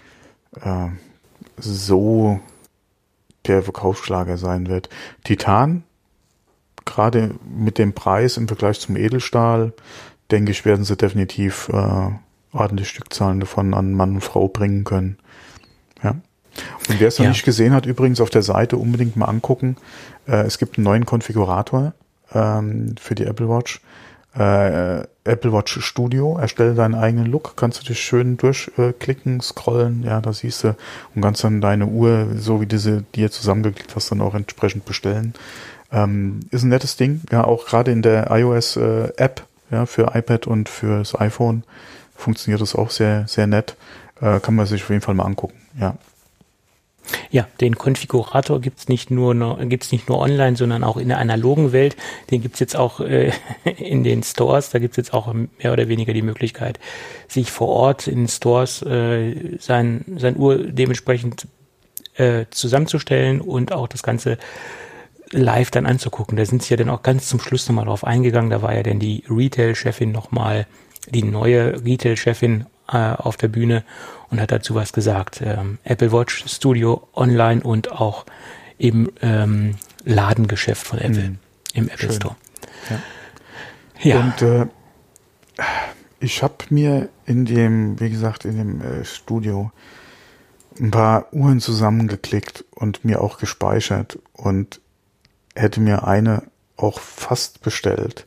so der Verkaufsschlager sein wird. Titan, gerade mit dem Preis im Vergleich zum Edelstahl, denke ich, werden sie definitiv ordentliche Stückzahlen davon an Mann und Frau bringen können. Ja. Und wer es noch nicht gesehen hat, übrigens auf der Seite unbedingt mal angucken. Es gibt einen neuen Konfigurator für die Apple Watch. Apple Watch Studio, erstelle deinen eigenen Look, kannst du dich schön durchklicken, scrollen, ja, da siehst du und kannst dann deine Uhr, so wie diese dir zusammengeklickt hast, dann auch entsprechend bestellen. Ist ein nettes Ding, ja, auch gerade in der iOS App, ja, für iPad und fürs iPhone funktioniert das auch sehr, sehr nett. Kann man sich auf jeden Fall mal angucken, ja. Ja, den Konfigurator gibt's nicht nur online, sondern auch in der analogen Welt. Den gibt's jetzt auch in den Stores. Da gibt's jetzt auch mehr oder weniger die Möglichkeit, sich vor Ort in Stores sein Uhr dementsprechend zusammenzustellen und auch das Ganze live dann anzugucken. Da sind sie ja dann auch ganz zum Schluss nochmal drauf eingegangen. Da war ja dann die Retail-Chefin nochmal, die neue Retail-Chefin auf der Bühne und hat dazu was gesagt. Apple Watch Studio online und auch im Ladengeschäft von Apple, im Apple Store. Ja. Und ich habe mir in dem Studio ein paar Uhren zusammengeklickt und mir auch gespeichert und hätte mir eine auch fast bestellt.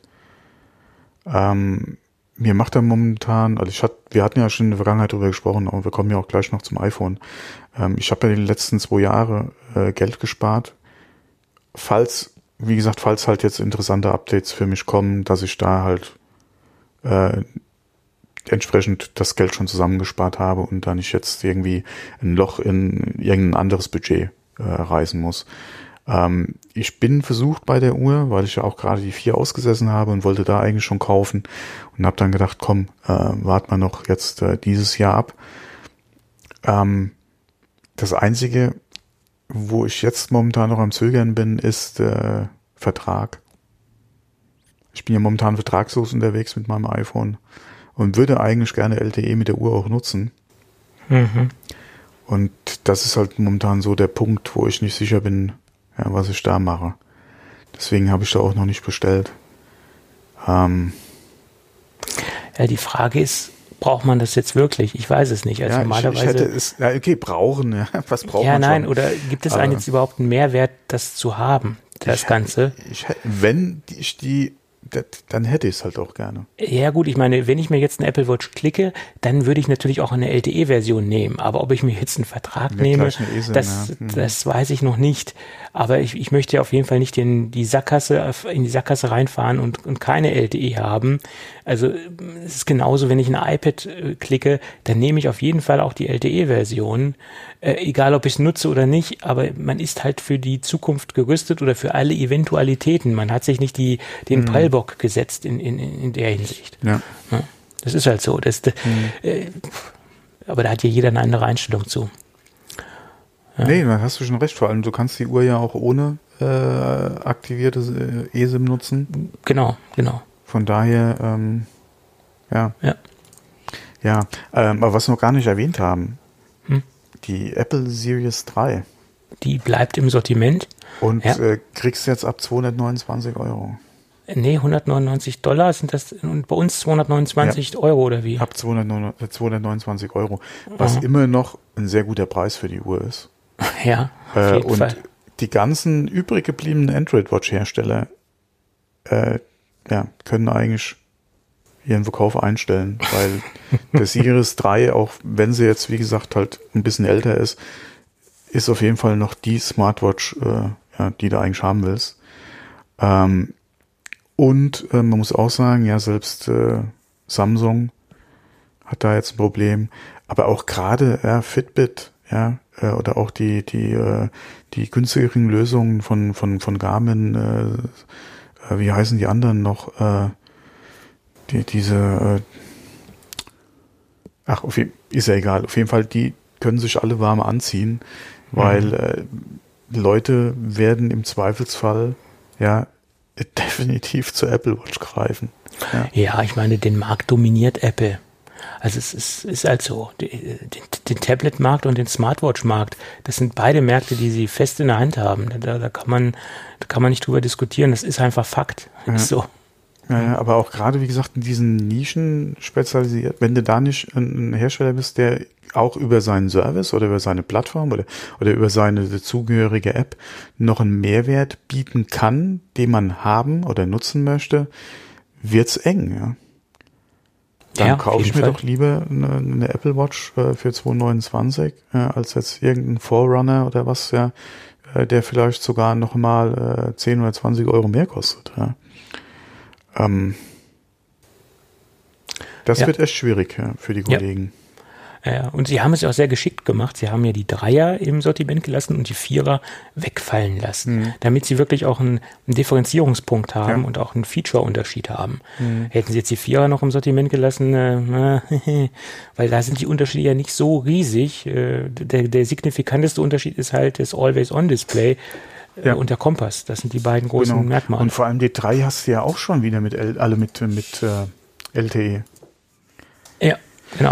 Mir macht er momentan, wir hatten ja schon in der Vergangenheit darüber gesprochen, aber wir kommen ja auch gleich noch zum iPhone. Ich habe ja die letzten 2 Jahre Geld gespart. Falls halt jetzt interessante Updates für mich kommen, dass ich da halt entsprechend das Geld schon zusammengespart habe und dann nicht jetzt irgendwie ein Loch in irgendein anderes Budget reißen muss. Ich bin versucht bei der Uhr, weil ich ja auch gerade die 4 ausgesessen habe und wollte da eigentlich schon kaufen und habe dann gedacht, komm, wart mal noch jetzt dieses Jahr ab. Das Einzige, wo ich jetzt momentan noch am Zögern bin, ist Vertrag. Ich bin ja momentan vertragslos unterwegs mit meinem iPhone und würde eigentlich gerne LTE mit der Uhr auch nutzen. Mhm. Und das ist halt momentan so der Punkt, wo ich nicht sicher bin, was ich da mache. Deswegen habe ich da auch noch nicht bestellt. Die Frage ist, braucht man das jetzt wirklich? Ich weiß es nicht. Also normalerweise. Ich hätte es, brauchen, ja. Was braucht man? Ja, nein, schon? Oder gibt es einen jetzt überhaupt einen Mehrwert, das zu haben, das Ganze? Dann hätte ich es halt auch gerne. Ja gut, ich meine, wenn ich mir jetzt eine Apple Watch klicke, dann würde ich natürlich auch eine LTE-Version nehmen. Aber ob ich mir jetzt einen Vertrag nehme, das weiß ich noch nicht. Aber ich möchte ja auf jeden Fall nicht in die Sackgasse reinfahren und keine LTE haben. Also es ist genauso, wenn ich ein iPad klicke, dann nehme ich auf jeden Fall auch die LTE-Version. Egal, ob ich es nutze oder nicht, aber man ist halt für die Zukunft gerüstet oder für alle Eventualitäten. Man hat sich nicht den Prellbock gesetzt in der Hinsicht. Ja. Das ist halt so. Aber da hat ja jeder eine andere Einstellung zu. Ja. Nee, da hast du schon recht. Vor allem, du kannst die Uhr ja auch ohne aktivierte eSIM nutzen. Genau. Von daher, Ja, aber was wir noch gar nicht erwähnt haben, die Apple Series 3. Die bleibt im Sortiment. Und kriegst du jetzt ab 229 €. Nee, $199 sind das und bei uns 229 € oder wie? Ab 229 €, was immer noch ein sehr guter Preis für die Uhr ist. Ja, auf jeden Fall. Die ganzen übrig gebliebenen Android-Watch-Hersteller können eigentlich ihren Verkauf einstellen, weil der Series 3, auch wenn sie jetzt, wie gesagt, halt ein bisschen älter ist auf jeden Fall noch die Smartwatch, die du eigentlich haben willst. Und man muss auch sagen, ja, selbst Samsung hat da jetzt ein Problem, aber auch gerade Fitbit, oder auch die günstigeren Lösungen von Garmin, wie heißen die anderen noch, ist ja egal. Auf jeden Fall, die können sich alle warm anziehen, weil Leute werden im Zweifelsfall definitiv zur Apple Watch greifen. Ja, ich meine, den Markt dominiert Apple. Also es ist halt so, den Tablet-Markt und den Smartwatch-Markt, das sind beide Märkte, die sie fest in der Hand haben. Da kann man nicht drüber diskutieren, das ist einfach Fakt. Ist so. Ja, aber auch gerade, wie gesagt, in diesen Nischen spezialisiert, wenn du da nicht ein Hersteller bist, der auch über seinen Service oder über seine Plattform oder über seine dazugehörige App noch einen Mehrwert bieten kann, den man haben oder nutzen möchte, wird's eng, ja. Dann kaufe ich mir doch lieber eine Apple Watch für 229 als jetzt irgendein Forerunner oder was, der vielleicht sogar noch mal 10 oder 20 € mehr kostet. Ja. Das wird echt schwierig für die Kollegen. Ja, und sie haben es auch sehr geschickt gemacht. Sie haben ja die Dreier im Sortiment gelassen und die Vierer wegfallen lassen, damit sie wirklich auch einen Differenzierungspunkt haben und auch einen Feature-Unterschied haben. Hätten sie jetzt die Vierer noch im Sortiment gelassen, weil da sind die Unterschiede ja nicht so riesig. Der signifikanteste Unterschied ist halt das Always-On-Display und der Kompass. Das sind die beiden großen Merkmale. Und vor allem die 3 hast du ja auch schon wieder mit LTE. Ja, genau.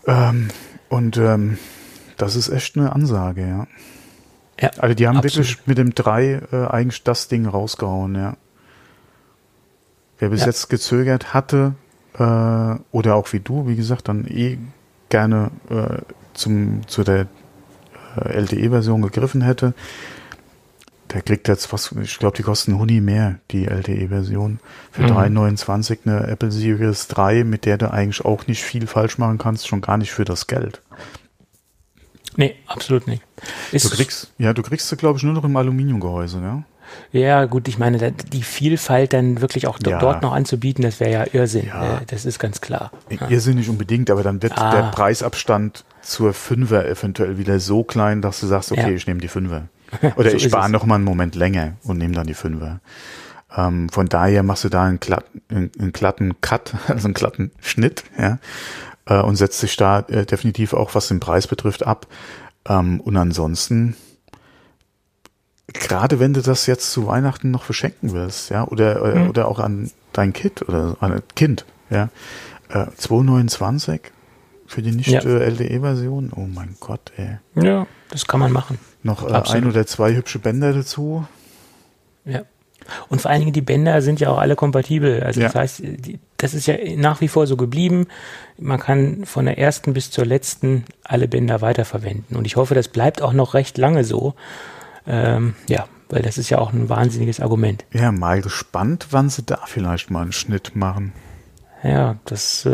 Das ist echt eine Ansage, ja. Ja, also die haben absolut wirklich mit dem 3 eigentlich das Ding rausgehauen, ja. Wer bis jetzt gezögert hatte, oder auch wie du, wie gesagt, dann gerne zu der LTE-Version gegriffen hätte, der kriegt jetzt ich glaube, die kosten Huni mehr, die LTE-Version. Für 3,29 eine Apple Series 3, mit der du eigentlich auch nicht viel falsch machen kannst, schon gar nicht für das Geld. Nee, absolut nicht. Du kriegst sie, glaube ich, nur noch im Aluminiumgehäuse, ja? Ja, gut, ich meine, die Vielfalt dann wirklich auch dort noch anzubieten, das wäre ja Irrsinn. Ja. Das ist ganz klar. Irrsinn nicht unbedingt, aber dann wird der Preisabstand zur 5er eventuell wieder so klein, dass du sagst, okay, ich nehme die 5er. Oder so ich spare noch mal einen Moment länger und nehme dann die 5er. Von daher machst du da einen glatten Cut, also einen glatten Schnitt, ja, und setzt sich da definitiv auch, was den Preis betrifft, ab. Und ansonsten, gerade wenn du das jetzt zu Weihnachten noch verschenken willst, ja, oder auch an dein Kind oder an ein Kind, ja, 2,29 für die Nicht-LTE-Version, oh mein Gott, ey. Ja, das kann man machen. Noch ein oder zwei hübsche Bänder dazu. Ja. Und vor allen Dingen, die Bänder sind ja auch alle kompatibel. Also das heißt, das ist ja nach wie vor so geblieben. Man kann von der ersten bis zur letzten alle Bänder weiterverwenden. Und ich hoffe, das bleibt auch noch recht lange so. Weil das ist ja auch ein wahnsinniges Argument. Ja, mal gespannt, wann sie da vielleicht mal einen Schnitt machen. Ja, das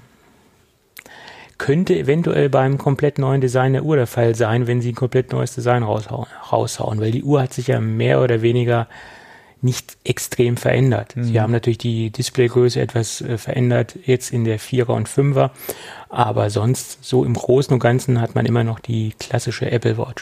könnte eventuell beim komplett neuen Design der Uhr der Fall sein, wenn sie ein komplett neues Design raushauen, weil die Uhr hat sich ja mehr oder weniger nicht extrem verändert. Sie haben natürlich die Displaygröße etwas verändert, jetzt in der 4er und 5er, aber sonst so im Großen und Ganzen hat man immer noch die klassische Apple Watch.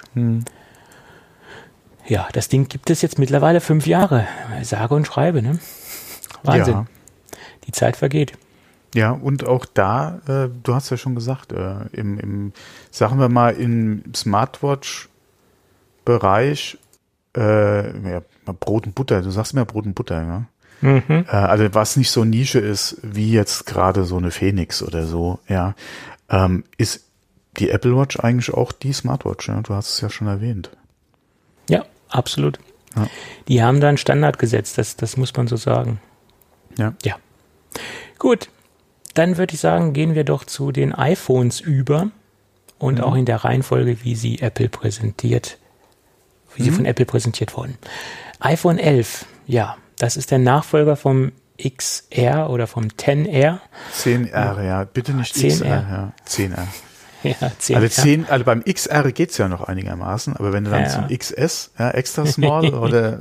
Ja, das Ding gibt es jetzt mittlerweile 5 Jahre. Sage und schreibe, ne? Wahnsinn. Ja. Die Zeit vergeht. Ja, und auch da, du hast ja schon gesagt, sagen wir mal, im Smartwatch-Bereich, Brot und Butter, du sagst immer Brot und Butter, ja? Also was nicht so Nische ist, wie jetzt gerade so eine Phoenix oder so, ja, ist die Apple Watch eigentlich auch die Smartwatch, ja? Du hast es ja schon erwähnt. Ja, absolut. Ja. Die haben da einen Standard gesetzt, das muss man so sagen. Ja. Gut. Dann würde ich sagen, gehen wir doch zu den iPhones über und auch in der Reihenfolge, wie sie von Apple präsentiert wurden. iPhone 11, ja, das ist der Nachfolger vom XR oder vom XR. 10R, ja, bitte nicht 10R. XR, ja, 10R. Ja, 10R. Also beim XR geht's ja noch einigermaßen, aber wenn du dann zum XS, extra small oder...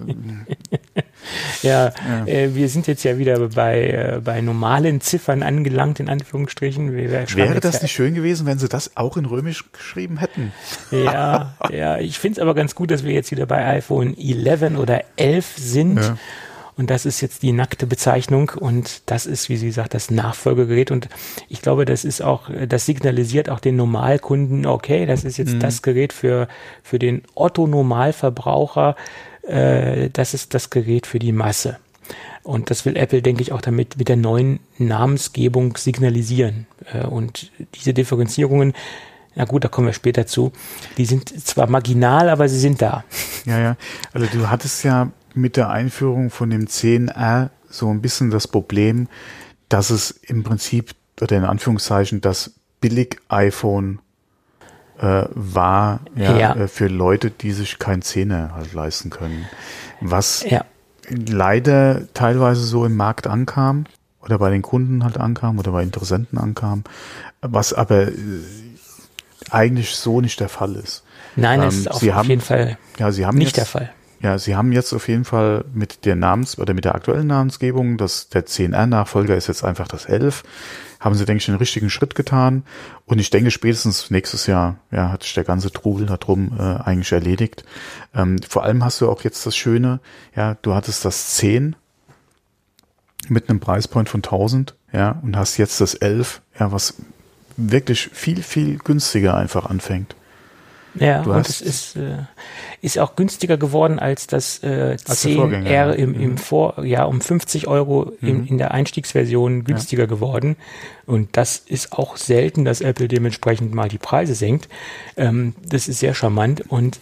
wir sind jetzt ja wieder bei normalen Ziffern angelangt, in Anführungsstrichen. Wäre das nicht schön gewesen, wenn sie das auch in Römisch geschrieben hätten? Ja, ich finde es aber ganz gut, dass wir jetzt wieder bei iPhone 11 oder 11 sind. Ja. Und das ist jetzt die nackte Bezeichnung und das ist, wie sie sagt, das Nachfolgegerät. Und ich glaube, das signalisiert auch den Normalkunden, okay, das ist jetzt das Gerät für den Otto-Normalverbraucher, das ist das Gerät für die Masse. Und das will Apple, denke ich, auch damit mit der neuen Namensgebung signalisieren. Und diese Differenzierungen, na gut, da kommen wir später zu, die sind zwar marginal, aber sie sind da. Ja, also du hattest ja mit der Einführung von dem 10R so ein bisschen das Problem, dass es im Prinzip, oder in Anführungszeichen, das Billig-iPhone war für Leute, die sich kein 10er halt leisten können. Was leider teilweise so im Markt ankam oder bei den Kunden halt ankam oder bei Interessenten ankam, was aber eigentlich so nicht der Fall ist. Nein, das ist auf jeden Fall nicht der Fall. Ja, sie haben jetzt auf jeden Fall mit der aktuellen Namensgebung, der 10R-Nachfolger ist jetzt einfach das 11, haben sie, denke ich, den richtigen Schritt getan. Und ich denke, spätestens nächstes Jahr, ja, hat sich der ganze Trubel darum eigentlich erledigt. Vor allem hast du auch jetzt das Schöne, ja, du hattest das 10 mit einem Preispoint von 1000, ja, und hast jetzt das 11, ja, was wirklich viel, viel günstiger einfach anfängt. Ja, und es ist auch günstiger geworden als das 10R im Vorjahr, um 50 Euro in der Einstiegsversion günstiger geworden. Und das ist auch selten, dass Apple dementsprechend mal die Preise senkt. Das ist sehr charmant und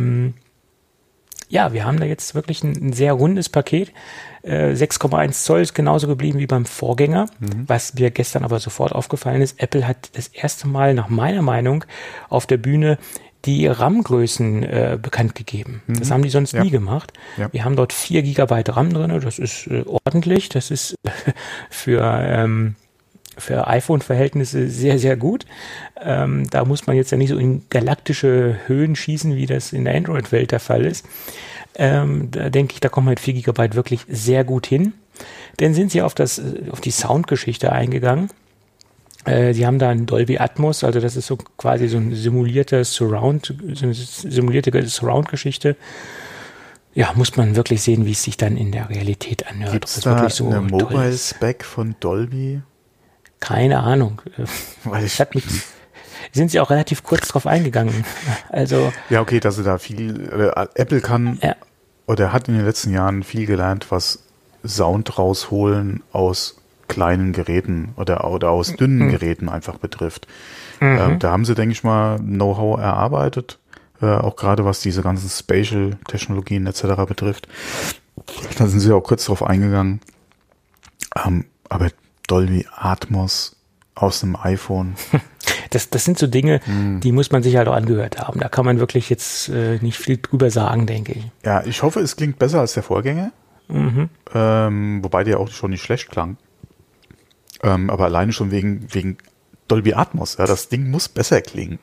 ja, wir haben da jetzt wirklich ein sehr rundes Paket. 6,1 Zoll ist genauso geblieben wie beim Vorgänger. Was mir gestern aber sofort aufgefallen ist, Apple hat das erste Mal nach meiner Meinung auf der Bühne die RAM-Größen bekannt gegeben. Das haben die sonst nie gemacht. Ja. Wir haben dort 4 GB RAM drin, das ist ordentlich, das ist für iPhone-Verhältnisse sehr, sehr gut. Da muss man jetzt ja nicht so in galaktische Höhen schießen, wie das in der Android-Welt der Fall ist. Da denke ich, da kommt man mit 4 GB wirklich sehr gut hin. Dann sind sie auf die Soundgeschichte eingegangen. Sie haben da ein Dolby Atmos, also das ist so quasi so eine simulierte Surround-Geschichte. Ja, muss man wirklich sehen, wie es sich dann in der Realität anhört. Gibt es da wirklich so eine Mobile-Spec von Dolby? Keine Ahnung. Sind sie auch relativ kurz drauf eingegangen. Also ja, okay, dass sie da viel, Apple kann oder hat in den letzten Jahren viel gelernt, was Sound rausholen aus kleinen Geräten oder aus dünnen Geräten einfach betrifft. Da haben sie, denke ich mal, Know-how erarbeitet, auch gerade was diese ganzen Spatial-Technologien etc. betrifft. Da sind sie auch kurz drauf eingegangen. Aber Dolby Atmos aus einem iPhone. Das sind so Dinge, die muss man sich halt auch angehört haben. Da kann man wirklich jetzt nicht viel drüber sagen, denke ich. Ja, ich hoffe, es klingt besser als der Vorgänger. Wobei der auch schon nicht schlecht klang. Aber alleine schon wegen Dolby Atmos. Ja, das Ding muss besser klingen.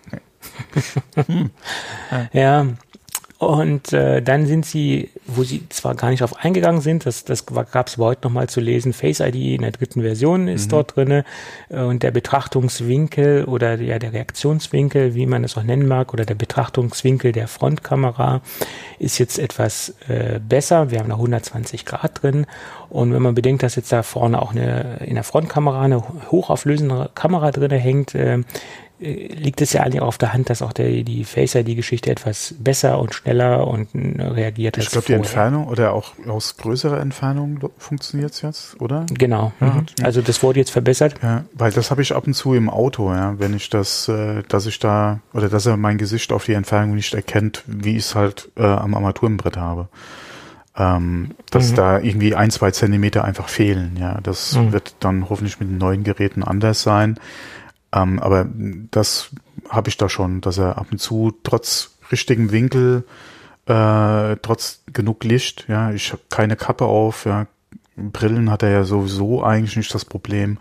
Ja, und dann sind sie, wo sie zwar gar nicht drauf eingegangen sind, das gab es heute nochmal zu lesen, Face ID in der 3. Version ist dort drin und der Betrachtungswinkel oder der Reaktionswinkel, wie man es auch nennen mag, oder der Betrachtungswinkel der Frontkamera ist jetzt etwas besser. Wir haben da 120 Grad drin und wenn man bedenkt, dass jetzt da vorne auch in der Frontkamera eine hochauflösende Kamera drin hängt, liegt es ja eigentlich auf der Hand, dass auch die Face-ID-Geschichte etwas besser und schneller und reagiert als vorher. Ich glaube, die Entfernung oder auch aus größerer Entfernung funktioniert es jetzt, oder? Genau. Ja. Also das wurde jetzt verbessert. Ja, weil das habe ich ab und zu im Auto, ja, wenn ich dass er mein Gesicht auf die Entfernung nicht erkennt, wie ich es halt am Armaturenbrett habe. Dass da irgendwie 1-2 Zentimeter einfach fehlen, ja. Das wird dann hoffentlich mit den neuen Geräten anders sein. Aber das habe ich da schon, dass er ab und zu trotz richtigem Winkel, trotz genug Licht, ja, ich habe keine Kappe auf, ja, Brillen hat er ja sowieso eigentlich nicht das Problem,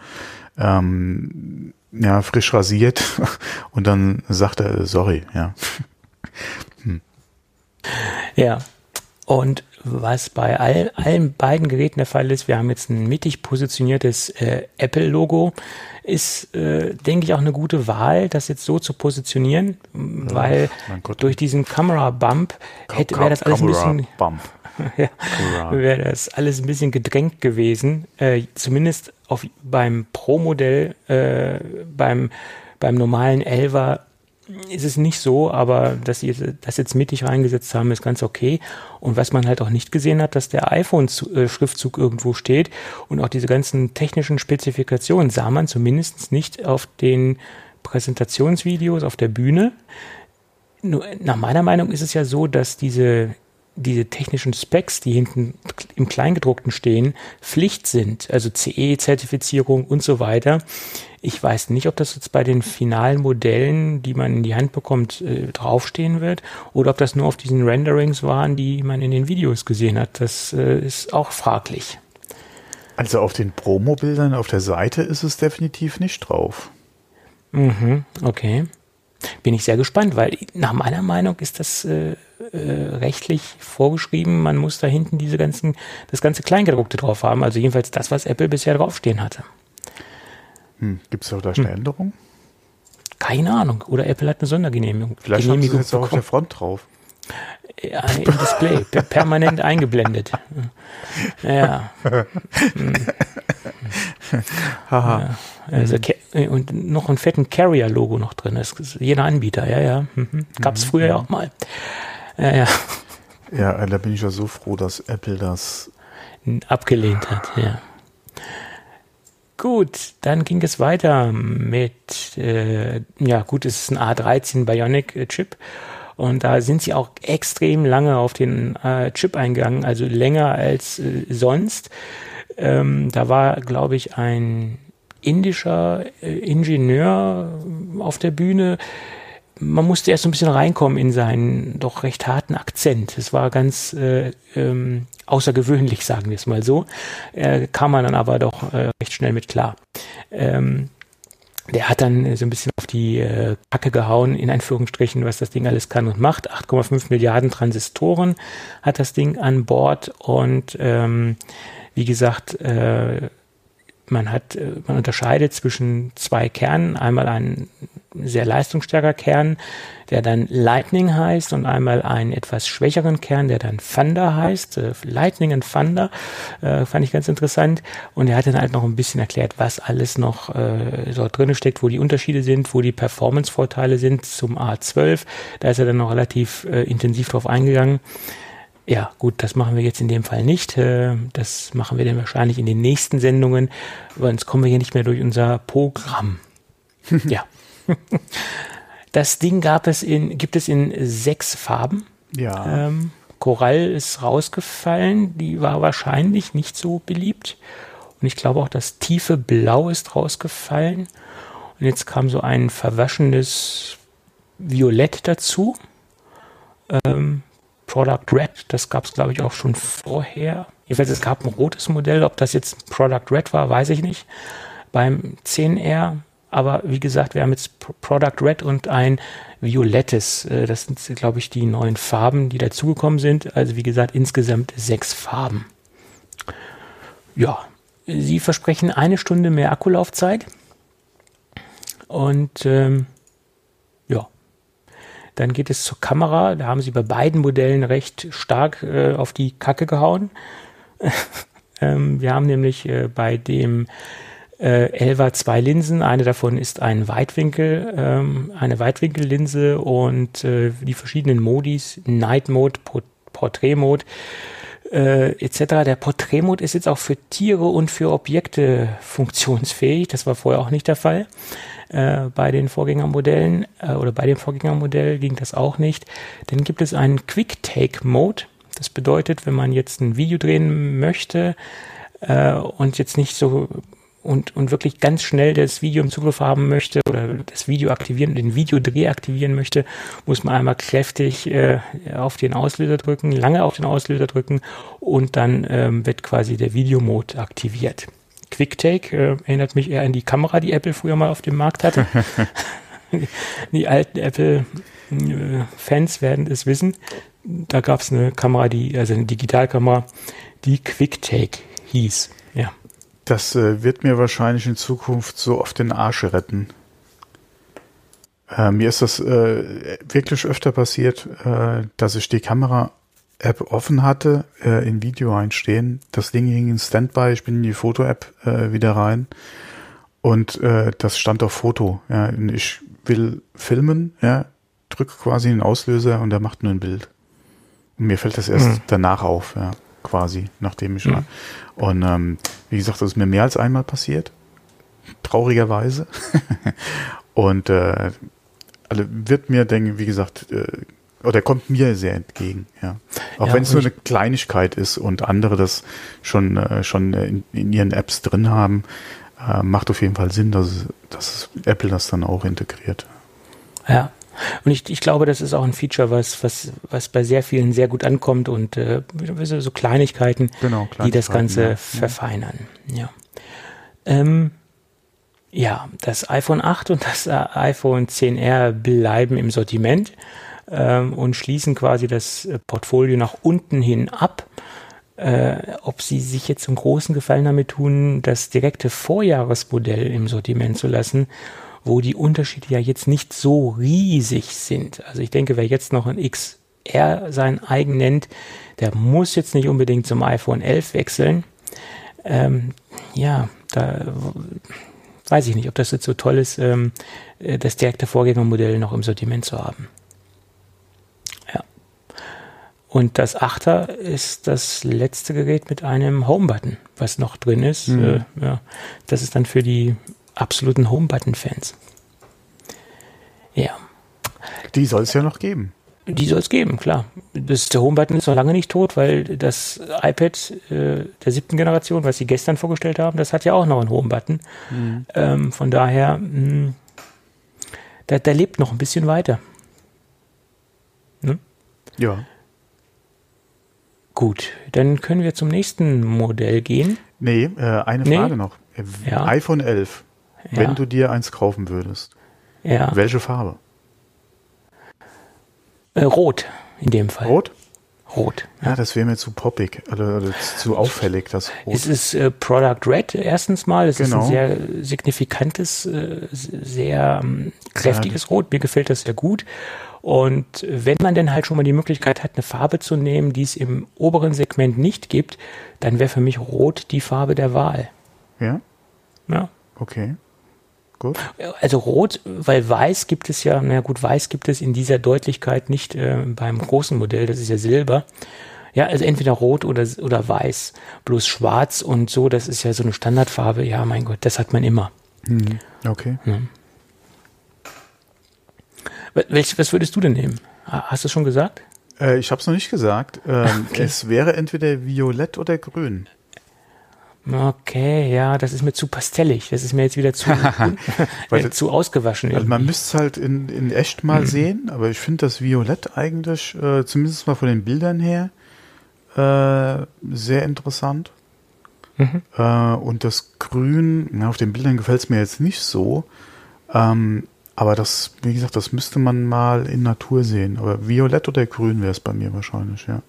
ja, frisch rasiert und dann sagt er, sorry, ja. Ja, und was bei allen beiden Geräten der Fall ist, wir haben jetzt ein mittig positioniertes Apple-Logo, ist, denke ich, auch eine gute Wahl, das jetzt so zu positionieren, weil durch diesen Camera-Bump wäre das alles ein bisschen... wäre das alles ein bisschen gedrängt gewesen, zumindest beim Pro-Modell, beim normalen 11er ist es nicht so, aber dass sie das jetzt mittig reingesetzt haben, ist ganz okay. Und was man halt auch nicht gesehen hat, dass der iPhone-Schriftzug irgendwo steht und auch diese ganzen technischen Spezifikationen sah man zumindest nicht auf den Präsentationsvideos auf der Bühne. Nur, nach meiner Meinung ist es ja so, dass diese technischen Specs, die hinten im Kleingedruckten stehen, Pflicht sind, also CE-Zertifizierung und so weiter. Ich weiß nicht, ob das jetzt bei den finalen Modellen, die man in die Hand bekommt, draufstehen wird oder ob das nur auf diesen Renderings waren, die man in den Videos gesehen hat. Das ist auch fraglich. Also auf den Promo-Bildern auf der Seite ist es definitiv nicht drauf. Okay. Bin ich sehr gespannt, weil nach meiner Meinung ist das rechtlich vorgeschrieben, man muss da hinten das ganze Kleingedruckte drauf haben, also jedenfalls das, was Apple bisher draufstehen hatte. Gibt es da eine Änderung? Keine Ahnung. Oder Apple hat eine Sondergenehmigung. Vielleicht haben sie es jetzt auch auf der Front drauf. Ja, im Display, permanent eingeblendet. Ja. Haha. Ja. Also, und noch einen fetten Carrier-Logo noch drin. Das ist jeder Anbieter, ja. Gab es früher ja auch mal. Ja. Ja, da bin ich ja so froh, dass Apple das abgelehnt hat, ja. Gut, dann ging es weiter mit, es ist ein A13 Bionic Chip. Und da sind sie auch extrem lange auf den Chip eingegangen, also länger als sonst. Da war, glaube ich, ein indischer Ingenieur auf der Bühne. Man musste erst so ein bisschen reinkommen in seinen doch recht harten Akzent. Es war ganz außergewöhnlich, sagen wir es mal so. Kam man dann aber doch recht schnell mit klar. Der hat dann so ein bisschen auf die Kacke gehauen, in Anführungsstrichen, was das Ding alles kann und macht. 8,5 Milliarden Transistoren hat das Ding an Bord und wie gesagt, man unterscheidet zwischen zwei Kernen. Einmal ein sehr leistungsstärker Kern, der dann Lightning heißt, und einmal einen etwas schwächeren Kern, der dann Thunder heißt. Lightning und Thunder fand ich ganz interessant. Und er hat dann halt noch ein bisschen erklärt, was alles noch dort drin steckt, wo die Unterschiede sind, wo die Performance-Vorteile sind zum A12. Da ist er dann noch relativ intensiv drauf eingegangen. Ja, gut, das machen wir jetzt in dem Fall nicht. Das machen wir dann wahrscheinlich in den nächsten Sendungen, sonst kommen wir hier nicht mehr durch unser Programm. Ja. Das Ding gibt es in 6 Farben. Ja. Korall ist rausgefallen, die war wahrscheinlich nicht so beliebt. Und ich glaube auch, das tiefe Blau ist rausgefallen. Und jetzt kam so ein verwaschenes Violett dazu. Product Red, das gab es, glaube ich, auch schon vorher. Jedenfalls, es gab ein rotes Modell. Ob das jetzt Product Red war, weiß ich nicht. Beim 10R. Aber wie gesagt, wir haben jetzt Product Red und ein violettes. Das sind, glaube ich, die neuen Farben, die dazugekommen sind. Also wie gesagt, insgesamt 6 Farben. Ja, sie versprechen 1 Stunde mehr Akkulaufzeit. Und dann geht es zur Kamera. Da haben sie bei beiden Modellen recht stark auf die Kacke gehauen. Wir haben nämlich bei dem 11er 2 Linsen. Eine davon ist eine Weitwinkellinse und die verschiedenen Modis, Night Mode, Portrait Mode etc. Der Portrait Mode ist jetzt auch für Tiere und für Objekte funktionsfähig. Das war vorher auch nicht der Fall. Bei den Vorgängermodellen oder bei dem Vorgängermodell ging das auch nicht. Dann gibt es einen Quick Take Mode. Das bedeutet, wenn man jetzt ein Video drehen möchte und jetzt nicht so und wirklich ganz schnell das Video im Zugriff haben möchte oder das Video aktivieren, den Videodreh aktivieren möchte, muss man einmal kräftig auf den Auslöser drücken, lange auf den Auslöser drücken und dann wird quasi der Videomode aktiviert. QuickTake erinnert mich eher an die Kamera, die Apple früher mal auf dem Markt hatte. Die alten Apple-Fans werden es wissen. Da gab es eine Kamera, also eine Digitalkamera, die QuickTake hieß. Ja. Das wird mir wahrscheinlich in Zukunft so auf den Arsch retten. Mir ist das wirklich öfter passiert, dass ich die Kamera-App offen hatte, in Video einstehen. Das Ding hing in Standby, ich bin in die Foto-App wieder rein und das stand auf Foto. Ja, und ich will filmen, ja, drücke quasi den Auslöser und der macht nur ein Bild. Und mir fällt das erst danach auf, ja, quasi, nachdem ich war. Und wie gesagt, das ist mir mehr als einmal passiert, traurigerweise. Und also wird mir, denke wie gesagt, oder kommt mir sehr entgegen, ja. Auch ja, wenn es nur eine Kleinigkeit ist und andere das schon in ihren Apps drin haben, macht auf jeden Fall Sinn, dass Apple das dann auch integriert. Ja. Und ich glaube, das ist auch ein Feature, was bei sehr vielen sehr gut ankommt und so Kleinigkeiten, die das Ganze verfeinern. Ja. Das iPhone 8 und das iPhone 10R bleiben im Sortiment und schließen quasi das Portfolio nach unten hin ab. ob sie sich jetzt einen großen Gefallen damit tun, das direkte Vorjahresmodell im Sortiment zu lassen, wo die Unterschiede ja jetzt nicht so riesig sind. Also ich denke, wer jetzt noch ein XR sein eigen nennt, der muss jetzt nicht unbedingt zum iPhone 11 wechseln. Da weiß ich nicht, ob das jetzt so toll ist, das direkte Vorgängermodell noch im Sortiment zu haben. Ja. Und das 8er ist das letzte Gerät mit einem Home-Button, was noch drin ist. Das ist dann für die absoluten Home-Button-Fans. Ja. Die soll es ja noch geben. Die soll es geben, klar. Der Home-Button ist noch lange nicht tot, weil das iPad der 7. Generation, was sie gestern vorgestellt haben, das hat ja auch noch einen Home-Button. Von daher, der lebt noch ein bisschen weiter. Ne? Ja. Gut, dann können wir zum nächsten Modell gehen. Nee, eine Frage noch. Ja. iPhone 11, wenn du dir eins kaufen würdest, welche Farbe? Rot, in dem Fall. Rot? Rot. Ja, das wäre mir zu poppig, oder zu auffällig, das Rot. Es ist Product Red, erstens mal. Es ist ein sehr signifikantes, sehr kräftiges Rot. Mir gefällt das sehr gut. Und wenn man dann halt schon mal die Möglichkeit hat, eine Farbe zu nehmen, die es im oberen Segment nicht gibt, dann wäre für mich Rot die Farbe der Wahl. Ja? Ja. Okay. Gut. Also Rot, weil Weiß gibt es ja, Weiß gibt es in dieser Deutlichkeit nicht beim großen Modell, das ist ja Silber. Ja, also entweder Rot oder Weiß. Bloß Schwarz und so, das ist ja so eine Standardfarbe. Ja, mein Gott, das hat man immer. Okay. Ja. Was würdest du denn nehmen? Hast du es schon gesagt? Ich habe es noch nicht gesagt. Okay. Es wäre entweder Violett oder Grün. Okay, ja, das ist mir zu pastellig. Das ist mir jetzt wieder zu ausgewaschen. Also man müsste es halt in echt mal sehen, aber ich finde das Violett eigentlich, zumindest mal von den Bildern her, sehr interessant. Und das Grün, auf den Bildern gefällt es mir jetzt nicht so. Aber das, wie gesagt, das müsste man mal in Natur sehen. Aber Violett oder Grün wäre es bei mir wahrscheinlich, ja.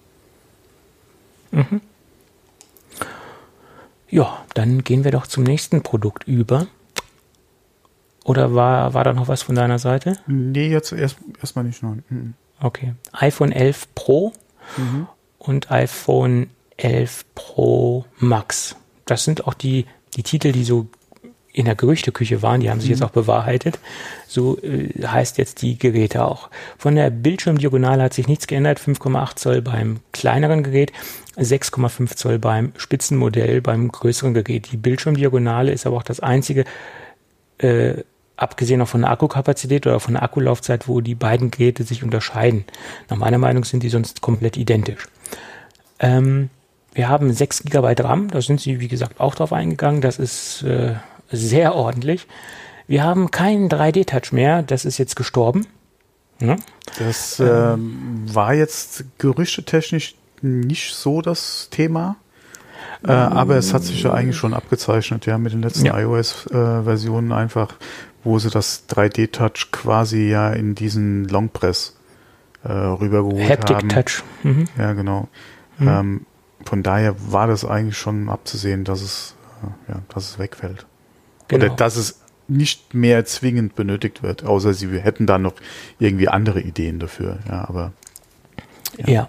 Ja, dann gehen wir doch zum nächsten Produkt über. Oder war da noch was von deiner Seite? Nee, jetzt erstmal nicht. Nein. Okay. iPhone 11 Pro und iPhone 11 Pro Max. Das sind auch die Titel, die so in der Gerüchteküche waren, die haben sich jetzt auch bewahrheitet. So heißt jetzt die Geräte auch. Von der Bildschirmdiagonale hat sich nichts geändert. 5,8 Zoll beim kleineren Gerät, 6,5 Zoll beim Spitzenmodell, beim größeren Gerät. Die Bildschirmdiagonale ist aber auch das einzige, abgesehen auch von der Akkukapazität oder von der Akkulaufzeit, wo die beiden Geräte sich unterscheiden. Nach meiner Meinung sind die sonst komplett identisch. Wir haben 6 GB RAM, da sind sie, wie gesagt, auch drauf eingegangen. Das ist sehr ordentlich. Wir haben keinen 3D-Touch mehr, das ist jetzt gestorben. Ja? Das war jetzt gerüchtetechnisch nicht so das Thema, aber es hat sich ja eigentlich schon abgezeichnet, ja, mit den letzten iOS-Versionen einfach, wo sie das 3D-Touch quasi ja in diesen Longpress rübergeholt Haptic haben. Touch. Ja, genau. Von daher war das eigentlich schon abzusehen, dass es wegfällt. Genau. Oder dass es nicht mehr zwingend benötigt wird, außer sie hätten da noch irgendwie andere Ideen dafür. Ja, aber ja.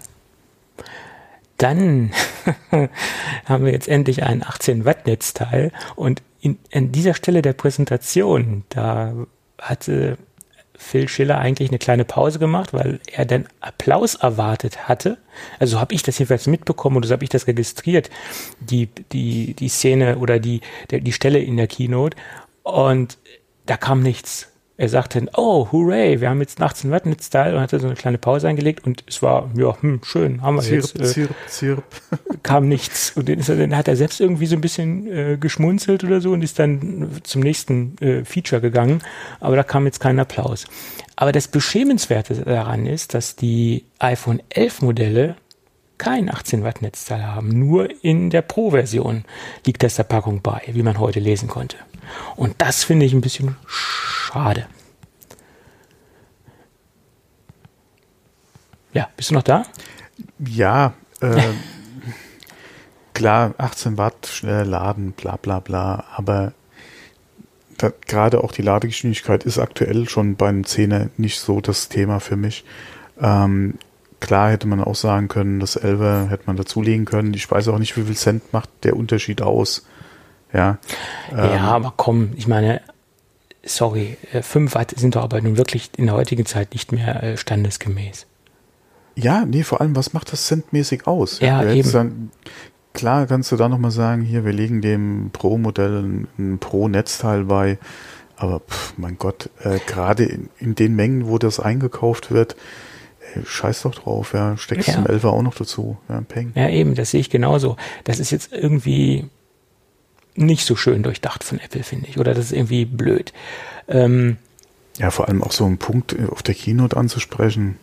Dann haben wir jetzt endlich ein 18 Watt Netzteil und an dieser Stelle der Präsentation, da hatte Phil Schiller eigentlich eine kleine Pause gemacht, weil er dann Applaus erwartet hatte. Also habe ich das jedenfalls mitbekommen und so habe ich das registriert, die Szene oder die Stelle in der Keynote. Und da kam nichts. Er sagte, oh, hooray, wir haben jetzt ein 18 Watt Netzteil und hatte so eine kleine Pause eingelegt und es war, schön, haben wir jetzt. Zirp. Kam nichts. Und dann hat er selbst irgendwie so ein bisschen geschmunzelt oder so und ist dann zum nächsten Feature gegangen. Aber da kam jetzt kein Applaus. Aber das Beschämenswerte daran ist, dass die iPhone 11 Modelle kein 18 Watt Netzteil haben. Nur in der Pro-Version liegt das der Packung bei, wie man heute lesen konnte. Und das finde ich ein bisschen schade. Ja, bist du noch da? Ja, klar, 18 Watt, schneller laden, bla bla bla, aber gerade auch die Ladegeschwindigkeit ist aktuell schon beim 10er nicht so das Thema für mich. Klar hätte man auch sagen können, das 11er hätte man dazulegen können. Ich weiß auch nicht, wie viel Cent macht der Unterschied aus. Ja, aber komm, ich meine, sorry, 5 Watt sind doch aber nun wirklich in der heutigen Zeit nicht mehr standesgemäß. Ja, nee, vor allem, was macht das centmäßig aus? Ja, eben. Dann, klar kannst du da nochmal sagen, hier, wir legen dem Pro-Modell ein Pro-Netzteil bei, aber mein Gott, gerade in den Mengen, wo das eingekauft wird, scheiß doch drauf, ja, steckst du im 11er auch noch dazu, ja, peng. Ja, eben, das sehe ich genauso. Das ist jetzt irgendwie nicht so schön durchdacht von Apple, finde ich, oder das ist irgendwie blöd. Ja, vor allem auch so einen Punkt auf der Keynote anzusprechen.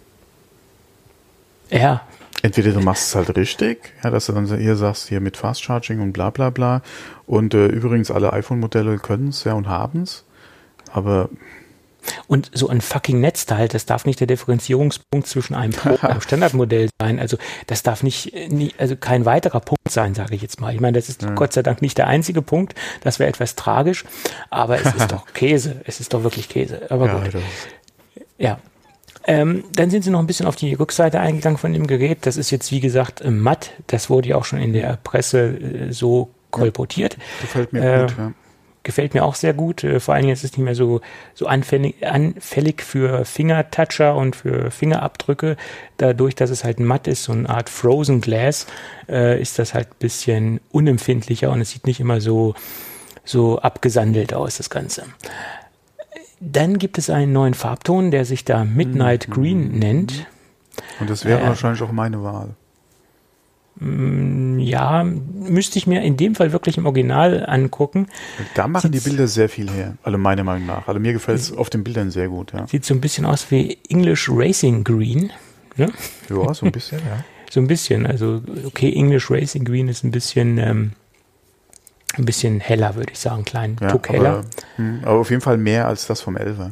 Ja. Entweder du machst es halt richtig, ja, dass du dann hier sagst, hier mit Fast Charging und bla bla bla. Und übrigens alle iPhone-Modelle können es ja und haben es. Aber. Und so ein fucking Netzteil, das darf nicht der Differenzierungspunkt zwischen einem Pro und einem Standardmodell sein. Also das darf also kein weiterer Punkt sein, sage ich jetzt mal. Ich meine, das ist Gott sei Dank nicht der einzige Punkt. Das wäre etwas tragisch. Aber es ist doch Käse. Es ist doch wirklich Käse. Aber gut. Ja. Dann sind sie noch ein bisschen auf die Rückseite eingegangen von dem Gerät. Das ist jetzt, wie gesagt, matt. Das wurde ja auch schon in der Presse so kolportiert. Gefällt mir gut, ja. Gefällt mir auch sehr gut. Vor allen Dingen ist es nicht mehr so anfällig für Fingertoucher und für Fingerabdrücke. Dadurch, dass es halt matt ist, so eine Art Frozen Glass, ist das halt ein bisschen unempfindlicher und es sieht nicht immer so abgesandelt aus, das Ganze. Dann gibt es einen neuen Farbton, der sich da Midnight Green nennt. Und das wäre wahrscheinlich auch meine Wahl. Ja, müsste ich mir in dem Fall wirklich im Original angucken. Da machen die Bilder sehr viel her, also meiner Meinung nach. Also mir gefällt es auf den Bildern sehr gut. Ja. Sieht so ein bisschen aus wie English Racing Green. Ne? Ja, so ein bisschen, ja. So ein bisschen, also okay, English Racing Green ist ein bisschen heller, würde ich sagen, kleinen Tuck heller. Aber auf jeden Fall mehr als das vom 11er.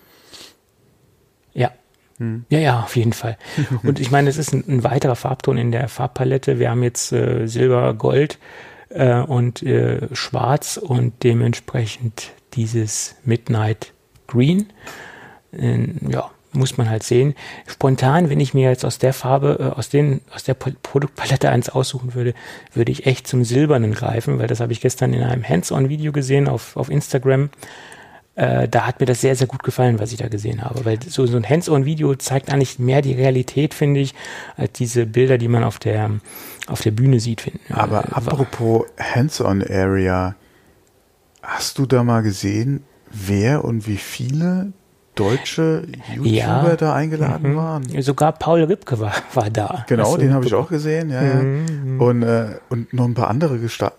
Ja. Ja, auf jeden Fall. Und ich meine, es ist ein weiterer Farbton in der Farbpalette. Wir haben jetzt Silber, Gold und Schwarz und dementsprechend dieses Midnight Green. Ja, muss man halt sehen. Spontan, wenn ich mir jetzt aus der Farbe, aus der Produktpalette eins aussuchen würde ich echt zum Silbernen greifen, weil das habe ich gestern in einem Hands-on-Video gesehen auf Instagram. Da hat mir das sehr, sehr gut gefallen, was ich da gesehen habe, weil so ein Hands-on-Video zeigt eigentlich mehr die Realität, finde ich, als diese Bilder, die man auf der Bühne sieht. Aber apropos Hands-on-Area, hast du da mal gesehen, wer und wie viele deutsche YouTuber da eingeladen waren? Sogar Paul Ripke war da. Genau, den habe ich auch gesehen, ja. Und noch ein paar andere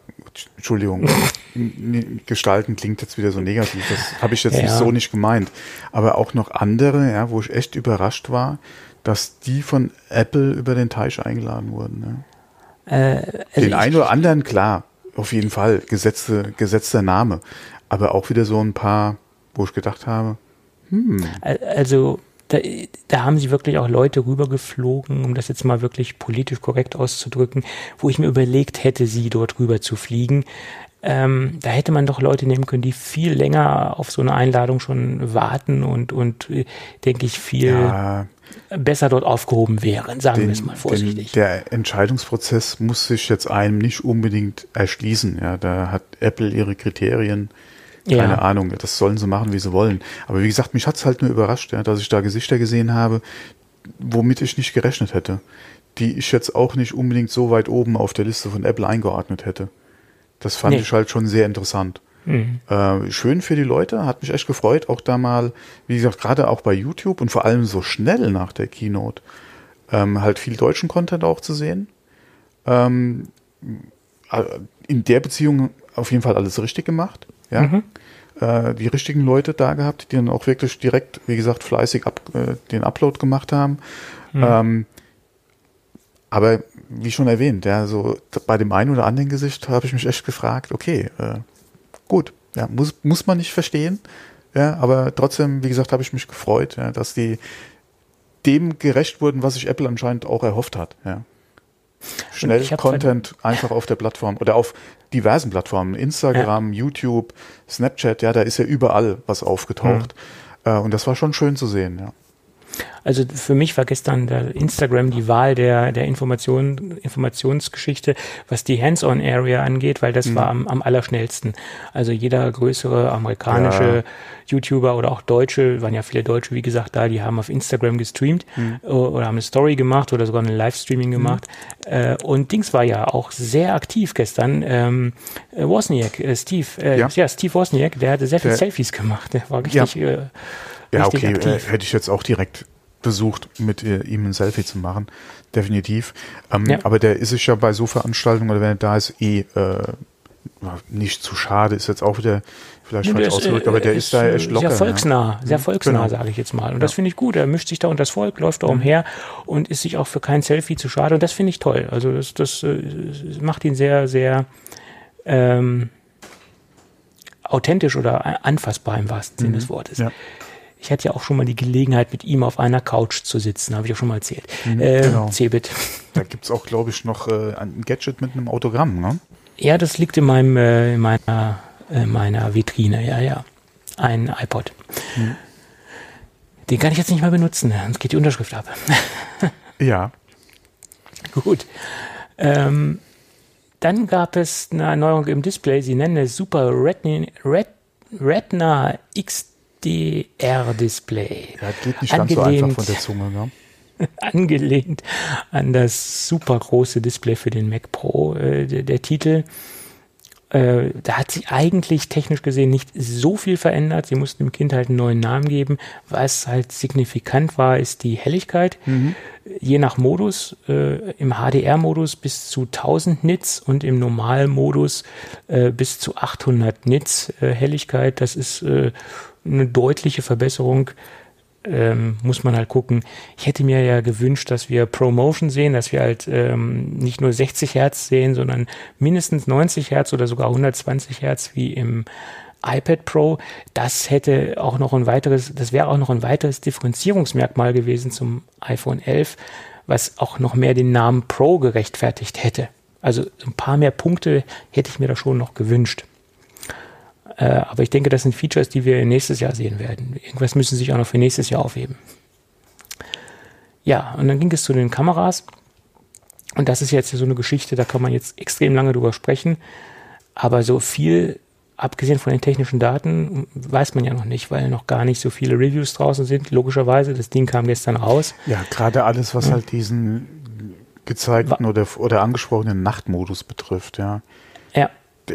Gestalten klingt jetzt wieder so negativ, das habe ich jetzt nicht gemeint. Aber auch noch andere, ja, wo ich echt überrascht war, dass die von Apple über den Teich eingeladen wurden. Ja. Den einen oder anderen, klar, auf jeden Fall, gesetzter Name. Aber auch wieder so ein paar, wo ich gedacht habe, Also da haben sie wirklich auch Leute rübergeflogen, um das jetzt mal wirklich politisch korrekt auszudrücken, wo ich mir überlegt hätte, sie dort rüber zu fliegen. Da hätte man doch Leute nehmen können, die viel länger auf so eine Einladung schon warten und denke ich, viel besser dort aufgehoben wären, sagen wir es mal vorsichtig. Der Entscheidungsprozess muss sich jetzt einem nicht unbedingt erschließen. Ja, da hat Apple ihre Kriterien. Keine Ahnung, das sollen sie machen, wie sie wollen. Aber wie gesagt, mich hat es halt nur überrascht, ja, dass ich da Gesichter gesehen habe, womit ich nicht gerechnet hätte. Die ich jetzt auch nicht unbedingt so weit oben auf der Liste von Apple eingeordnet hätte. Das fand ich halt schon sehr interessant. Schön für die Leute, hat mich echt gefreut, auch da mal, wie gesagt, gerade auch bei YouTube und vor allem so schnell nach der Keynote, halt viel deutschen Content auch zu sehen. In der Beziehung auf jeden Fall alles richtig gemacht. Ja, die richtigen Leute da gehabt, die dann auch wirklich direkt, wie gesagt, fleißig den Upload gemacht haben. Aber wie schon erwähnt, ja, so bei dem einen oder anderen Gesicht habe ich mich echt gefragt, okay, gut, ja, muss man nicht verstehen, ja, aber trotzdem, wie gesagt, habe ich mich gefreut, ja, dass die dem gerecht wurden, was sich Apple anscheinend auch erhofft hat, ja. schnell Content einfach auf der Plattform oder auf diversen Plattformen, Instagram, YouTube, Snapchat, ja, da ist ja überall was aufgetaucht. Und das war schon schön zu sehen, ja. Also für mich war gestern der Instagram die Wahl der Informationsgeschichte, was die Hands-on-Area angeht, weil das war am allerschnellsten. Also jeder größere amerikanische YouTuber oder auch Deutsche, waren ja viele Deutsche, wie gesagt, da, die haben auf Instagram gestreamt oder haben eine Story gemacht oder sogar eine Livestreaming gemacht. Und Dings war ja auch sehr aktiv gestern. Wozniak, Steve Wozniak, der hatte sehr viele Selfies gemacht. Der war richtig aktiv. Hätte ich jetzt auch direkt besucht, mit ihm ein Selfie zu machen. Definitiv. Aber der ist sich ja bei so Veranstaltungen, oder wenn er da ist, nicht zu schade, ist jetzt auch wieder vielleicht falsch ausgedrückt, aber der ist da echt locker. Sehr volksnah, genau. Sage ich jetzt mal. Und das finde ich gut. Er mischt sich da unter das Volk, läuft da umher und ist sich auch für kein Selfie zu schade. Und das finde ich toll. Also das macht ihn sehr, sehr authentisch oder anfassbar im wahrsten Sinne des Wortes. Ja. Ich hatte ja auch schon mal die Gelegenheit, mit ihm auf einer Couch zu sitzen, habe ich auch schon mal erzählt. Genau. Cebit. Da gibt es auch, glaube ich, noch ein Gadget mit einem Autogramm, ne? Ja, das liegt in meiner Vitrine, ja. Ein iPod. Den kann ich jetzt nicht mehr benutzen, sonst geht die Unterschrift ab. Ja. Gut. Dann gab es eine Erneuerung im Display. Sie nennen es Super Retina XDR-Display. Ja, geht nicht ganz so einfach von der Zunge, ne? Angelehnt an das super große Display für den Mac Pro, der Titel. Da hat sich eigentlich technisch gesehen nicht so viel verändert. Sie mussten dem Kind halt einen neuen Namen geben. Was halt signifikant war, ist die Helligkeit. Je nach Modus, im HDR-Modus bis zu 1000 Nits und im Normalmodus bis zu 800 Nits Helligkeit. Das ist eine deutliche Verbesserung. Muss man halt gucken. Ich hätte mir ja gewünscht, dass wir ProMotion sehen, dass wir halt nicht nur 60 Hertz sehen, sondern mindestens 90 Hertz oder sogar 120 Hertz wie im iPad Pro. Das wäre auch noch ein weiteres Differenzierungsmerkmal gewesen zum iPhone 11, was auch noch mehr den Namen Pro gerechtfertigt hätte. Also ein paar mehr Punkte hätte ich mir da schon noch gewünscht. Aber ich denke, das sind Features, die wir nächstes Jahr sehen werden. Irgendwas müssen sich auch noch für nächstes Jahr aufheben. Ja, und dann ging es zu den Kameras. Und das ist jetzt so eine Geschichte, da kann man jetzt extrem lange drüber sprechen. Aber so viel, abgesehen von den technischen Daten, weiß man ja noch nicht, weil noch gar nicht so viele Reviews draußen sind. Logischerweise, das Ding kam gestern raus. Ja, gerade alles, was halt diesen gezeigten oder angesprochenen Nachtmodus betrifft, ja. Ja.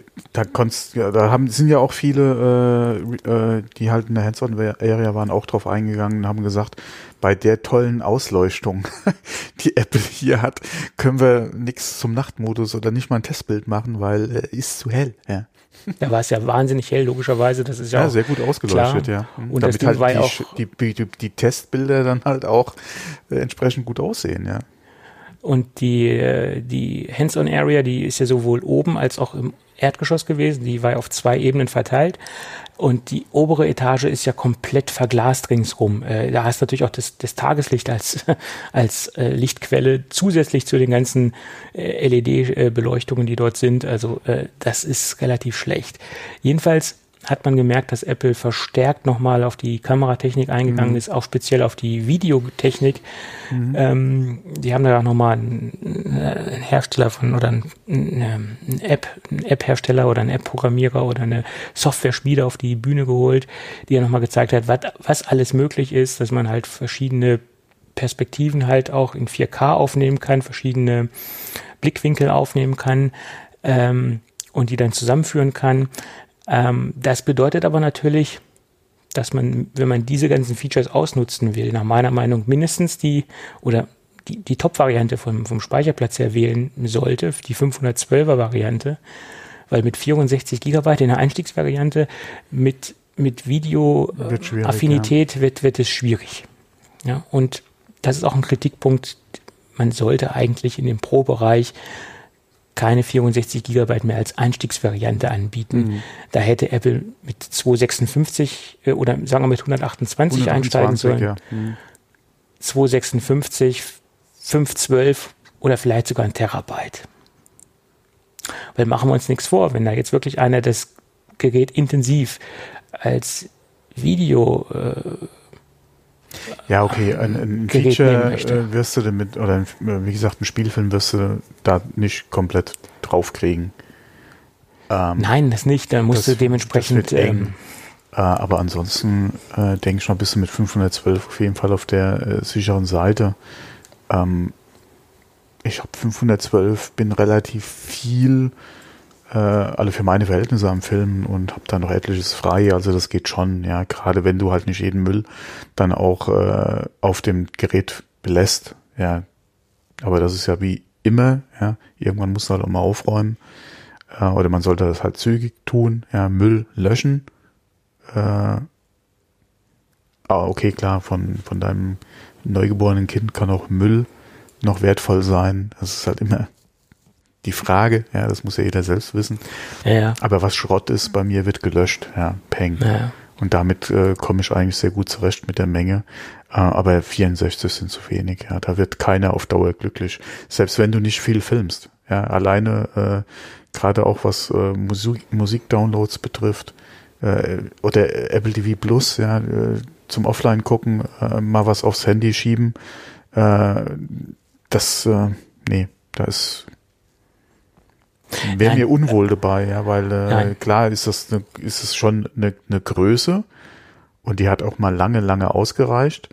Sind ja auch viele, die halt in der Hands-on-Area waren, auch drauf eingegangen und haben gesagt, bei der tollen Ausleuchtung, die Apple hier hat, können wir nichts zum Nachtmodus oder nicht mal ein Testbild machen, weil ist zu hell. Ja. Da war es ja wahnsinnig hell, logischerweise. Das ist ja auch sehr gut ausgeleuchtet, klar. Ja. Und damit das halt war auch die Testbilder dann halt auch entsprechend gut aussehen, ja. Und die Hands-on-Area, die ist ja sowohl oben als auch im Erdgeschoss gewesen. Die war auf 2 Ebenen verteilt. Und die obere Etage ist ja komplett verglast ringsrum. Da hast du natürlich auch das Tageslicht als Lichtquelle zusätzlich zu den ganzen LED-Beleuchtungen, die dort sind. Also das ist relativ schlecht. Jedenfalls hat man gemerkt, dass Apple verstärkt nochmal auf die Kameratechnik eingegangen ist, auch speziell auf die Videotechnik. Die haben da auch nochmal einen Hersteller oder einen App-Hersteller oder einen App-Programmierer oder eine Software-Schmiede auf die Bühne geholt, die ja nochmal gezeigt hat, was alles möglich ist, dass man halt verschiedene Perspektiven halt auch in 4K aufnehmen kann, verschiedene Blickwinkel aufnehmen kann und die dann zusammenführen kann. Das bedeutet aber natürlich, dass man, wenn man diese ganzen Features ausnutzen will, nach meiner Meinung mindestens die Top-Variante vom Speicherplatz her wählen sollte, die 512er-Variante, weil mit 64 GB in der Einstiegsvariante mit Video-Affinität wird es schwierig. Ja, und das ist auch ein Kritikpunkt, man sollte eigentlich in dem Pro-Bereich keine 64 GB mehr als Einstiegsvariante anbieten. Da hätte Apple mit 256 oder sagen wir mit 128 einsteigen sollen. Ja. 256, 512 oder vielleicht sogar 1 Terabyte. Weil machen wir uns nichts vor, wenn da jetzt wirklich einer das Gerät intensiv als Video ja, okay, ein Feature wirst du damit, oder wie gesagt, ein Spielfilm wirst du da nicht komplett draufkriegen. Nein, das nicht, dann musst du dementsprechend aber ansonsten denke ich mal, bist du mit 512 auf jeden Fall auf der sicheren Seite. Ich habe 512, bin relativ viel, alle für meine Verhältnisse am Filmen und habe da noch etliches frei, also das geht schon, ja, gerade wenn du halt nicht jeden Müll dann auch auf dem Gerät belässt, ja, aber das ist ja wie immer, ja, irgendwann musst du halt auch mal aufräumen, oder man sollte das halt zügig tun, ja, Müll löschen, okay, klar, von deinem neugeborenen Kind kann auch Müll noch wertvoll sein, das ist halt immer die Frage, ja, das muss ja jeder selbst wissen. Ja. Aber was Schrott ist, bei mir wird gelöscht, ja, peng. Ja. Und damit komme ich eigentlich sehr gut zurecht mit der Menge. Aber 64 sind zu wenig, ja. Da wird keiner auf Dauer glücklich. Selbst wenn du nicht viel filmst, ja. Alleine, gerade auch was Musikdownloads betrifft, oder Apple TV Plus, ja, zum Offline gucken, mal was aufs Handy schieben, da wäre mir unwohl dabei, ja, weil klar ist es schon eine Größe und die hat auch mal lange ausgereicht.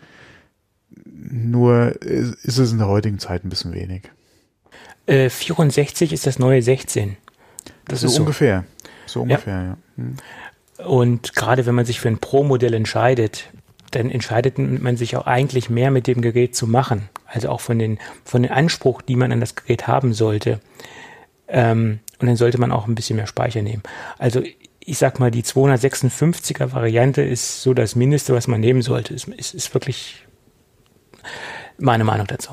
Nur ist es in der heutigen Zeit ein bisschen wenig. 64 ist das neue 16. Das ist so ungefähr. So ungefähr, ja. Und gerade wenn man sich für ein Pro-Modell entscheidet, dann entscheidet man sich auch eigentlich mehr mit dem Gerät zu machen. Also auch von den Anspruch, die man an das Gerät haben sollte. Und dann sollte man auch ein bisschen mehr Speicher nehmen. Also ich sag mal, die 256er Variante ist so das Mindeste, was man nehmen sollte. Ist wirklich meine Meinung dazu.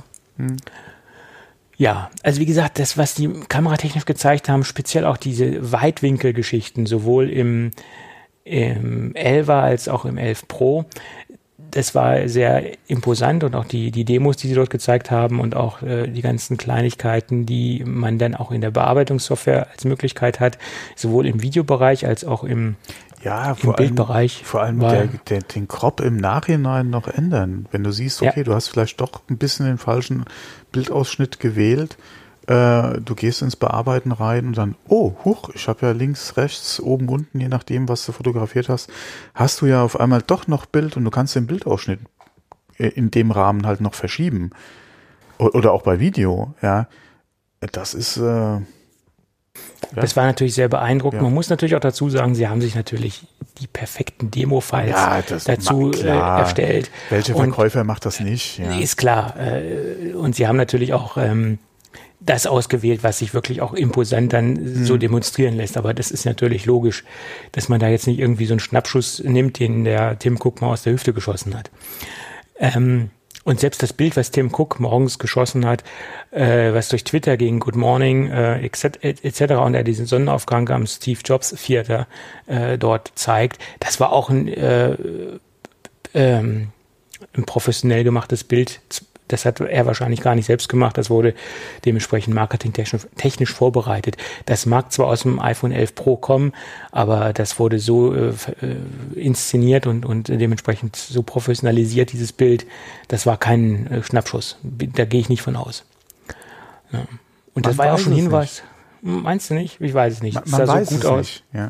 Ja, also wie gesagt, das, was die kameratechnisch gezeigt haben, speziell auch diese Weitwinkelgeschichten, sowohl im 11er als auch im 11 Pro, das war sehr imposant und auch die Demos, die sie dort gezeigt haben und auch die ganzen Kleinigkeiten, die man dann auch in der Bearbeitungssoftware als Möglichkeit hat, sowohl im Videobereich als auch im Bildbereich. Vor allem den Crop im Nachhinein noch ändern. Wenn du siehst, okay, du hast vielleicht doch ein bisschen den falschen Bildausschnitt gewählt, du gehst ins Bearbeiten rein und dann, ich habe ja links, rechts, oben, unten, je nachdem, was du fotografiert hast du ja auf einmal doch noch Bild und du kannst den Bildausschnitt in dem Rahmen halt noch verschieben. Oder auch bei Video, ja. Das ist das war natürlich sehr beeindruckend. Ja. Man muss natürlich auch dazu sagen, sie haben sich natürlich die perfekten Demo-Files dazu erstellt. Welcher Verkäufer macht das nicht? Ja. Ist klar. Und sie haben natürlich auch das ausgewählt, was sich wirklich auch imposant dann so demonstrieren lässt. Aber das ist natürlich logisch, dass man da jetzt nicht irgendwie so einen Schnappschuss nimmt, den der Tim Cook mal aus der Hüfte geschossen hat. Und selbst das Bild, was Tim Cook morgens geschossen hat, was durch Twitter gegen Good Morning etc. und er diesen Sonnenaufgang am Steve Jobs Theater dort zeigt, das war auch ein professionell gemachtes Bild. Das hat er wahrscheinlich gar nicht selbst gemacht. Das wurde dementsprechend marketingtechnisch vorbereitet. Das mag zwar aus dem iPhone 11 Pro kommen, aber das wurde so inszeniert und dementsprechend so professionalisiert, dieses Bild. Das war kein Schnappschuss. Da gehe ich nicht von aus. Ja. Und das war ja auch schon ein Hinweis. Nicht. Meinst du nicht? Ich weiß es nicht. Man sah weiß so gut es aus. Nicht. Ja.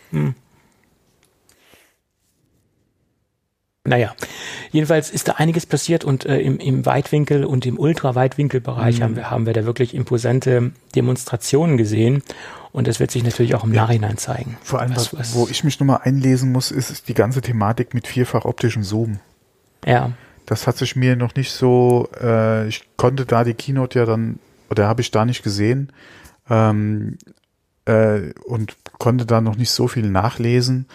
Naja, jedenfalls ist da einiges passiert und im Weitwinkel- und im Ultraweitwinkelbereich haben wir da wirklich imposante Demonstrationen gesehen und das wird sich natürlich auch im Nachhinein zeigen. Vor allem, wo ich mich nochmal einlesen muss, ist die ganze Thematik mit vierfach optischem Zoom. Ja. Das hat sich mir noch nicht so, ich konnte da die Keynote ja dann, oder habe ich da nicht gesehen und konnte da noch nicht so viel nachlesen.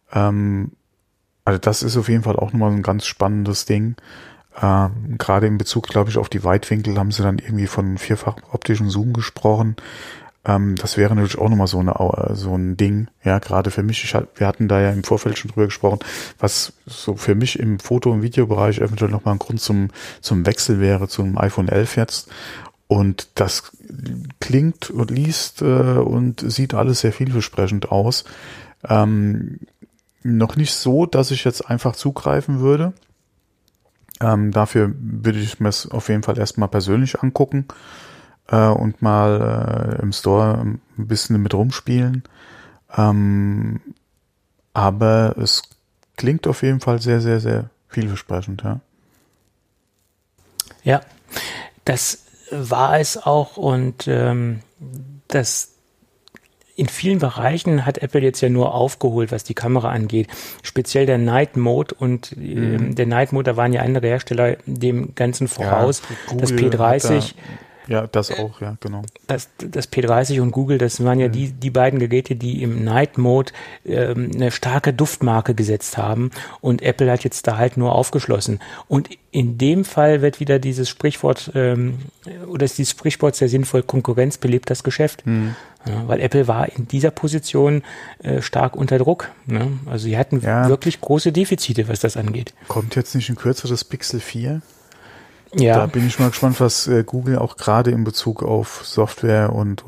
Also das ist auf jeden Fall auch nochmal ein ganz spannendes Ding. Gerade in Bezug, glaube ich, auf die Weitwinkel haben sie dann irgendwie von vierfach optischen Zoom gesprochen. Das wäre natürlich auch nochmal so ein Ding, ja, gerade für mich. Wir hatten da ja im Vorfeld schon drüber gesprochen, was so für mich im Foto- und Videobereich eventuell nochmal ein Grund zum Wechsel wäre, zum iPhone 11 jetzt. Und das klingt und liest und sieht alles sehr vielversprechend aus. Noch nicht so, dass ich jetzt einfach zugreifen würde. Dafür würde ich mir es auf jeden Fall erstmal persönlich angucken und mal im Store ein bisschen mit rumspielen. Aber es klingt auf jeden Fall sehr, sehr, sehr vielversprechend, ja. Ja, das war es auch und das in vielen Bereichen hat Apple jetzt ja nur aufgeholt, was die Kamera angeht. Speziell der Night Mode und der Night Mode, da waren ja andere Hersteller dem Ganzen voraus. Ja, das P30. Ja, das auch, ja, genau. Das P30 und Google, das waren ja die beiden Geräte, die im Night Mode eine starke Duftmarke gesetzt haben und Apple hat jetzt da halt nur aufgeschlossen. Und in dem Fall wird wieder dieses Sprichwort, oder ist dieses Sprichwort sehr sinnvoll, Konkurrenz belebt das Geschäft. Ja, weil Apple war in dieser Position stark unter Druck. Ne? Also sie hatten wirklich große Defizite, was das angeht. Kommt jetzt nicht in Kürze das Pixel 4? Ja. Da bin ich mal gespannt, was Google auch gerade in Bezug auf Software und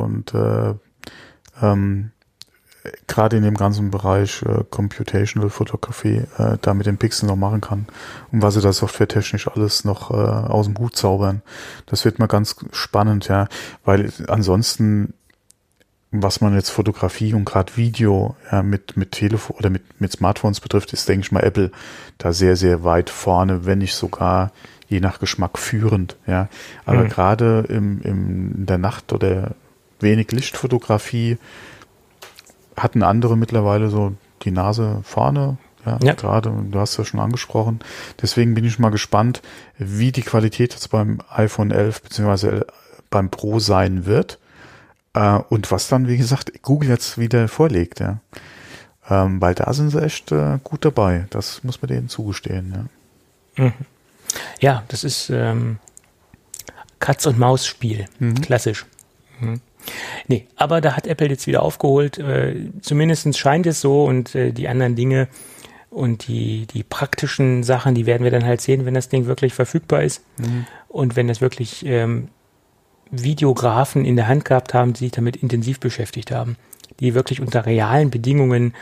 gerade in dem ganzen Bereich Computational Photography da mit den Pixeln noch machen kann und was sie da softwaretechnisch alles noch aus dem Hut zaubern. Das wird mal ganz spannend, ja, weil ansonsten, was man jetzt Fotografie und gerade Video mit Telefon oder mit Smartphones betrifft, ist, denke ich mal, Apple da sehr, sehr weit vorne, wenn nicht sogar je nach Geschmack führend, ja. Aber gerade in der Nacht- oder wenig Lichtfotografie hatten andere mittlerweile so die Nase vorne, ja. Gerade, du hast ja schon angesprochen. Deswegen bin ich mal gespannt, wie die Qualität jetzt beim iPhone 11 bzw. beim Pro sein wird und was dann, wie gesagt, Google jetzt wieder vorlegt, ja. Weil da sind sie echt gut dabei. Das muss man denen zugestehen, ja. Ja, das ist Katz-und-Maus-Spiel. Klassisch. Nee, aber da hat Apple jetzt wieder aufgeholt. Zumindest scheint es so und die anderen Dinge und die praktischen Sachen, die werden wir dann halt sehen, wenn das Ding wirklich verfügbar ist. Und wenn das wirklich Videografen in der Hand gehabt haben, die sich damit intensiv beschäftigt haben, die wirklich unter realen Bedingungen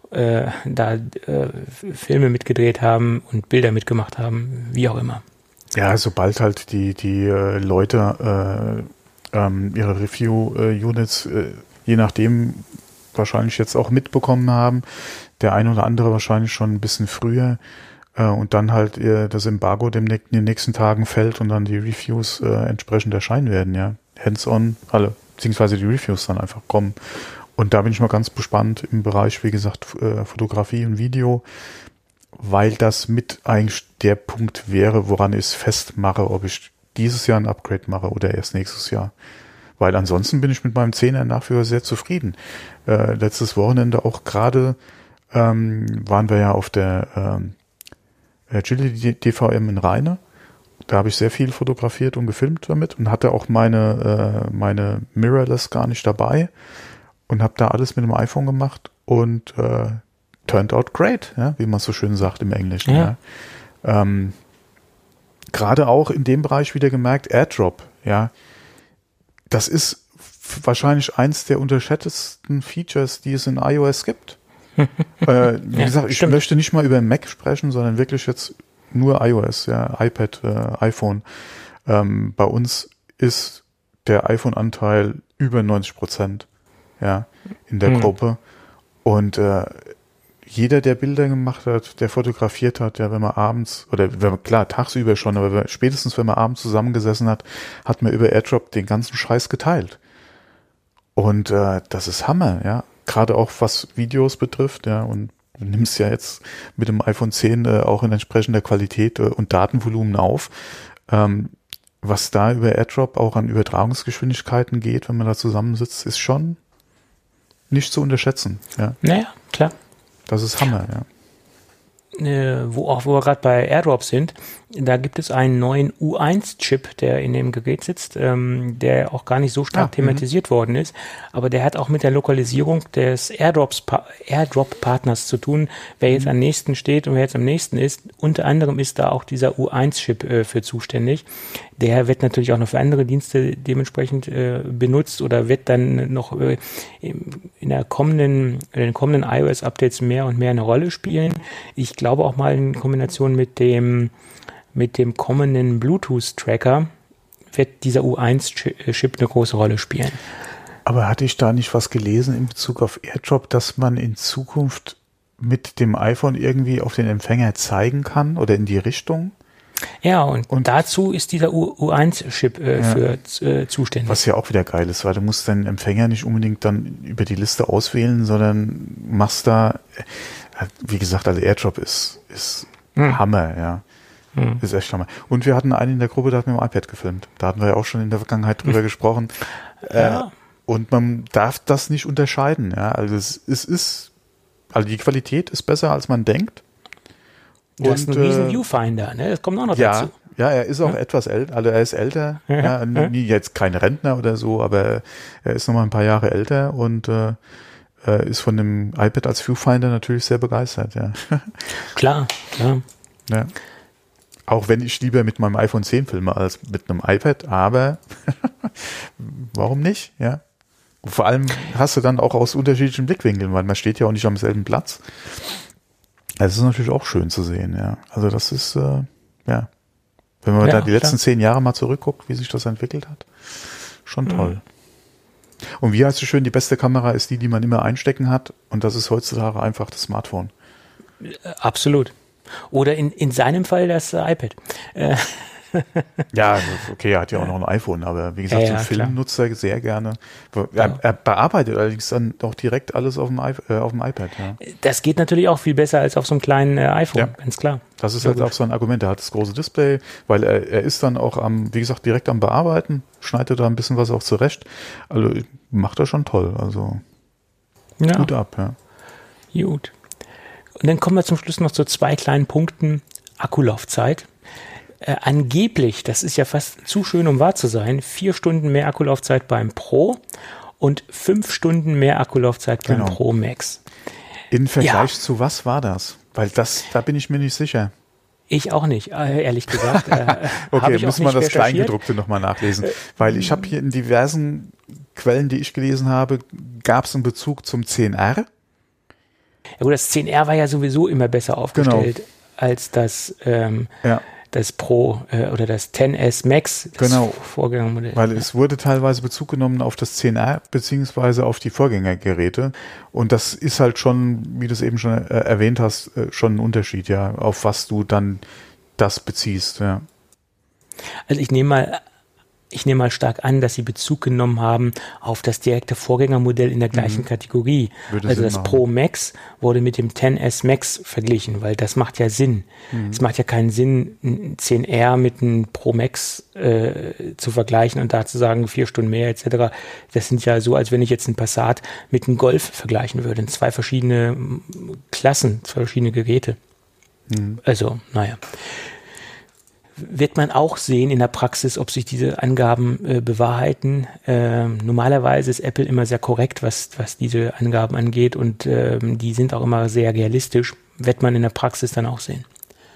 Filme mitgedreht haben und Bilder mitgemacht haben, wie auch immer. Ja, sobald halt die Leute ihre Review-Units je nachdem wahrscheinlich jetzt auch mitbekommen haben, der ein oder andere wahrscheinlich schon ein bisschen früher und dann halt das Embargo in den nächsten Tagen fällt und dann die Reviews entsprechend erscheinen werden, ja. Hands-on, alle, beziehungsweise die Reviews dann einfach kommen. Und da bin ich mal ganz gespannt im Bereich, wie gesagt, Fotografie und Video, weil das mit eigentlich der Punkt wäre, woran ich es festmache, ob ich dieses Jahr ein Upgrade mache oder erst nächstes Jahr. Weil ansonsten bin ich mit meinem 10er nach wie vor sehr zufrieden. Letztes Wochenende auch gerade waren wir ja auf der Agility DVM in Rheine. Da habe ich sehr viel fotografiert und gefilmt damit und hatte auch meine Mirrorless gar nicht dabei. Und habe da alles mit dem iPhone gemacht und turned out great, ja, wie man so schön sagt im Englischen. Ja. Gerade auch in dem Bereich wieder gemerkt, AirDrop, ja, das ist wahrscheinlich eins der unterschätztesten Features, die es in iOS gibt. Wie gesagt, ich möchte nicht mal über Mac sprechen, sondern wirklich jetzt nur iOS, ja, iPad, iPhone. Bei uns ist der iPhone-Anteil über 90%. Ja, in der Gruppe. Und jeder, der Bilder gemacht hat, der fotografiert hat, ja, wenn man abends, oder klar, tagsüber schon, aber spätestens, wenn man abends zusammengesessen hat, hat man über AirDrop den ganzen Scheiß geteilt. Und das ist Hammer, ja. Gerade auch was Videos betrifft, ja, und du nimmst ja jetzt mit dem iPhone 10 auch in entsprechender Qualität und Datenvolumen auf. Was da über AirDrop auch an Übertragungsgeschwindigkeiten geht, wenn man da zusammensitzt, ist schon nicht zu unterschätzen. Ja. Naja, klar. Das ist Hammer, ja. wo wir gerade bei AirDrop sind, da gibt es einen neuen U1-Chip, der in dem Gerät sitzt, der auch gar nicht so stark thematisiert worden ist, aber der hat auch mit der Lokalisierung des AirDrop-Partners zu tun, wer jetzt am nächsten steht und wer jetzt am nächsten ist. Unter anderem ist da auch dieser U1-Chip für zuständig. Der wird natürlich auch noch für andere Dienste dementsprechend benutzt oder wird dann noch in den kommenden iOS-Updates mehr und mehr eine Rolle spielen. Ich glaube auch mal in Kombination mit dem kommenden Bluetooth-Tracker wird dieser U1-Chip eine große Rolle spielen. Aber hatte ich da nicht was gelesen in Bezug auf AirDrop, dass man in Zukunft mit dem iPhone irgendwie auf den Empfänger zeigen kann oder in die Richtung? Ja, und dazu ist dieser U1-Chip für zuständig. Was ja auch wieder geil ist, weil du musst deinen Empfänger nicht unbedingt dann über die Liste auswählen, sondern machst da, wie gesagt, also AirDrop ist Hammer, ja. Ist echt Hammer. Und wir hatten einen in der Gruppe, der hat mit dem iPad gefilmt. Da hatten wir ja auch schon in der Vergangenheit drüber gesprochen. Und man darf das nicht unterscheiden, ja. Also also die Qualität ist besser, als man denkt. Du hast einen riesen Viewfinder, ne? Das kommt auch noch dazu. Ja, er ist auch etwas älter, also er ist älter, nie jetzt kein Rentner oder so, aber er ist nochmal ein paar Jahre älter und ist von dem iPad als Viewfinder natürlich sehr begeistert, ja. Klar. Ja. Auch wenn ich lieber mit meinem iPhone 10 filme als mit einem iPad, aber warum nicht, ja. Und vor allem hast du dann auch aus unterschiedlichen Blickwinkeln, weil man steht ja auch nicht am selben Platz. Es ist natürlich auch schön zu sehen, ja. Also das ist, wenn man da die letzten 10 Jahre mal zurückguckt, wie sich das entwickelt hat, schon toll. Und wie heißt es schön, die beste Kamera ist die man immer einstecken hat und das ist heutzutage einfach das Smartphone. Absolut. Oder in seinem Fall das iPad. Ja, okay, er hat ja auch noch ein iPhone, aber wie gesagt, so einen Film nutzt er sehr gerne. Er bearbeitet allerdings dann auch direkt alles auf dem iPad. Ja. Das geht natürlich auch viel besser als auf so einem kleinen iPhone, ganz klar. Das ist halt auch so ein Argument. Er hat das große Display, weil er ist dann auch wie gesagt, direkt am Bearbeiten, schneidet da ein bisschen was auch zurecht. Also macht er schon toll. Also gut ab, ja. Gut. Und dann kommen wir zum Schluss noch zu 2 kleinen Punkten. Akkulaufzeit. Angeblich, das ist ja fast zu schön, um wahr zu sein, 4 Stunden mehr Akkulaufzeit beim Pro und 5 Stunden mehr Akkulaufzeit beim Pro Max. In Vergleich zu was war das? Weil da bin ich mir nicht sicher. Ich auch nicht, ehrlich gesagt. Okay, müssen wir das Kleingedruckte nochmal nachlesen. Weil ich habe hier in diversen Quellen, die ich gelesen habe, gab es einen Bezug zum 10R. Ja gut, das 10R war ja sowieso immer besser aufgestellt als das das Pro oder das 10S Max, das Vorgängermodell. Weil es wurde teilweise Bezug genommen auf das 10R beziehungsweise auf die Vorgängergeräte und das ist halt schon, wie du es eben schon erwähnt hast, schon ein Unterschied, ja, auf was du dann das beziehst, ja. Also ich nehme mal stark an, dass sie Bezug genommen haben auf das direkte Vorgängermodell in der gleichen Kategorie. Also das Pro Max wurde mit dem 10S Max verglichen, weil das macht ja Sinn. Es macht ja keinen Sinn, ein 10R mit einem Pro Max zu vergleichen und da zu sagen 4 Stunden mehr etc. Das sind ja so, als wenn ich jetzt einen Passat mit einem Golf vergleichen würde. 2 verschiedene Klassen, 2 verschiedene Geräte. Also, naja. Wird man auch sehen in der Praxis, ob sich diese Angaben bewahrheiten. Normalerweise ist Apple immer sehr korrekt, was diese Angaben angeht und die sind auch immer sehr realistisch. Wird man in der Praxis dann auch sehen.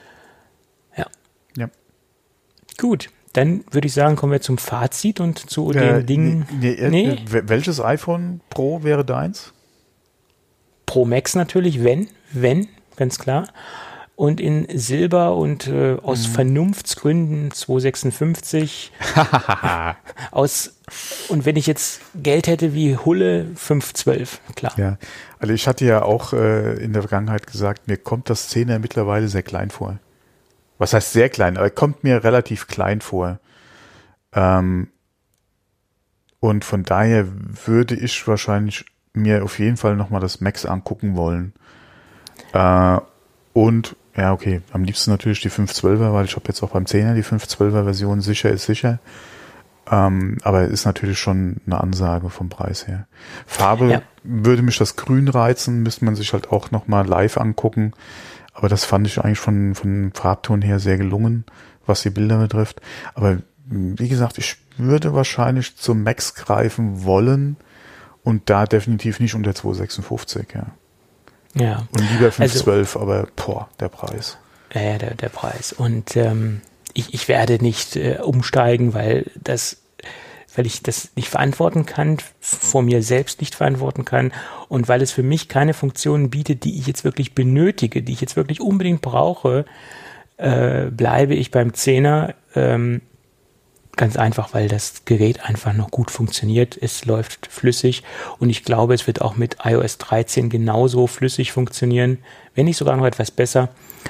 Ja. Gut, dann würde ich sagen, kommen wir zum Fazit und zu den Dingen. Welches iPhone Pro wäre deins? Pro Max natürlich, wenn, ganz klar. Und in Silber und aus Vernunftsgründen 256 und wenn ich jetzt Geld hätte wie Hulle 512, klar. Ja, also ich hatte ja auch in der Vergangenheit gesagt, mir kommt das 10er mittlerweile sehr klein vor. Was heißt sehr klein? Aber kommt mir relativ klein vor. Und von daher würde ich wahrscheinlich mir auf jeden Fall nochmal das Max angucken wollen. Und ja, okay, am liebsten natürlich die 512er, weil ich habe jetzt auch beim 10er die 512er Version, sicher ist sicher. Aber ist natürlich schon eine Ansage vom Preis her. Farbe würde mich das Grün reizen, müsste man sich halt auch nochmal live angucken. Aber das fand ich eigentlich von Farbton her sehr gelungen, was die Bilder betrifft. Aber wie gesagt, ich würde wahrscheinlich zum Max greifen wollen und da definitiv nicht unter 256, ja. Ja. Und lieber 512, aber der Preis. Ja, der Preis. Und ich werde nicht umsteigen, weil ich das nicht verantworten kann, vor mir selbst nicht verantworten kann und weil es für mich keine Funktionen bietet, die ich jetzt wirklich benötige, die ich jetzt wirklich unbedingt brauche, bleibe ich beim 10er, ganz einfach, weil das Gerät einfach noch gut funktioniert. Es läuft flüssig und ich glaube, es wird auch mit iOS 13 genauso flüssig funktionieren, wenn nicht sogar noch etwas besser.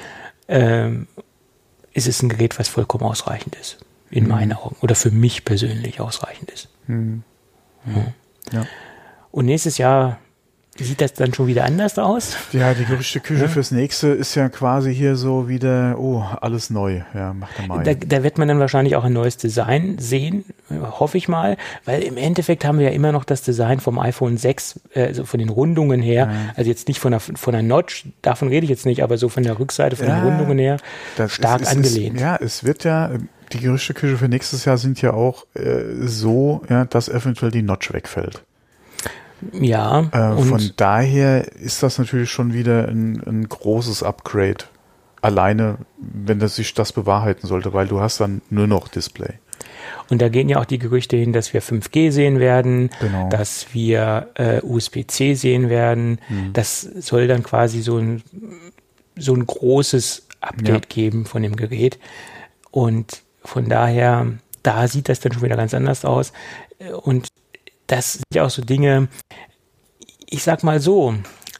Ist es ein Gerät, was vollkommen ausreichend ist, in meinen Augen. Oder für mich persönlich ausreichend ist. Ja. Und nächstes Jahr sieht das dann schon wieder anders aus? Ja, die Gerüchteküche fürs nächste ist ja quasi hier so wieder, alles neu. Ja, macht er mal. Da wird man dann wahrscheinlich auch ein neues Design sehen, hoffe ich mal, weil im Endeffekt haben wir ja immer noch das Design vom iPhone 6, also von den Rundungen her, also jetzt nicht von der Notch, davon rede ich jetzt nicht, aber so von der Rückseite, von den Rundungen her, stark angelehnt. Es wird ja, die Gerüchteküche für nächstes Jahr sind ja auch so, dass eventuell die Notch wegfällt. Ja. Von daher ist das natürlich schon wieder ein großes Upgrade. Alleine, wenn sich das bewahrheiten sollte, weil du hast dann nur noch Display. Und da gehen ja auch die Gerüchte hin, dass wir 5G sehen werden, dass wir USB-C sehen werden. Das soll dann quasi so ein großes Update geben von dem Gerät. Und von daher, da sieht das dann schon wieder ganz anders aus. Und das sind ja auch so Dinge, ich sag mal so,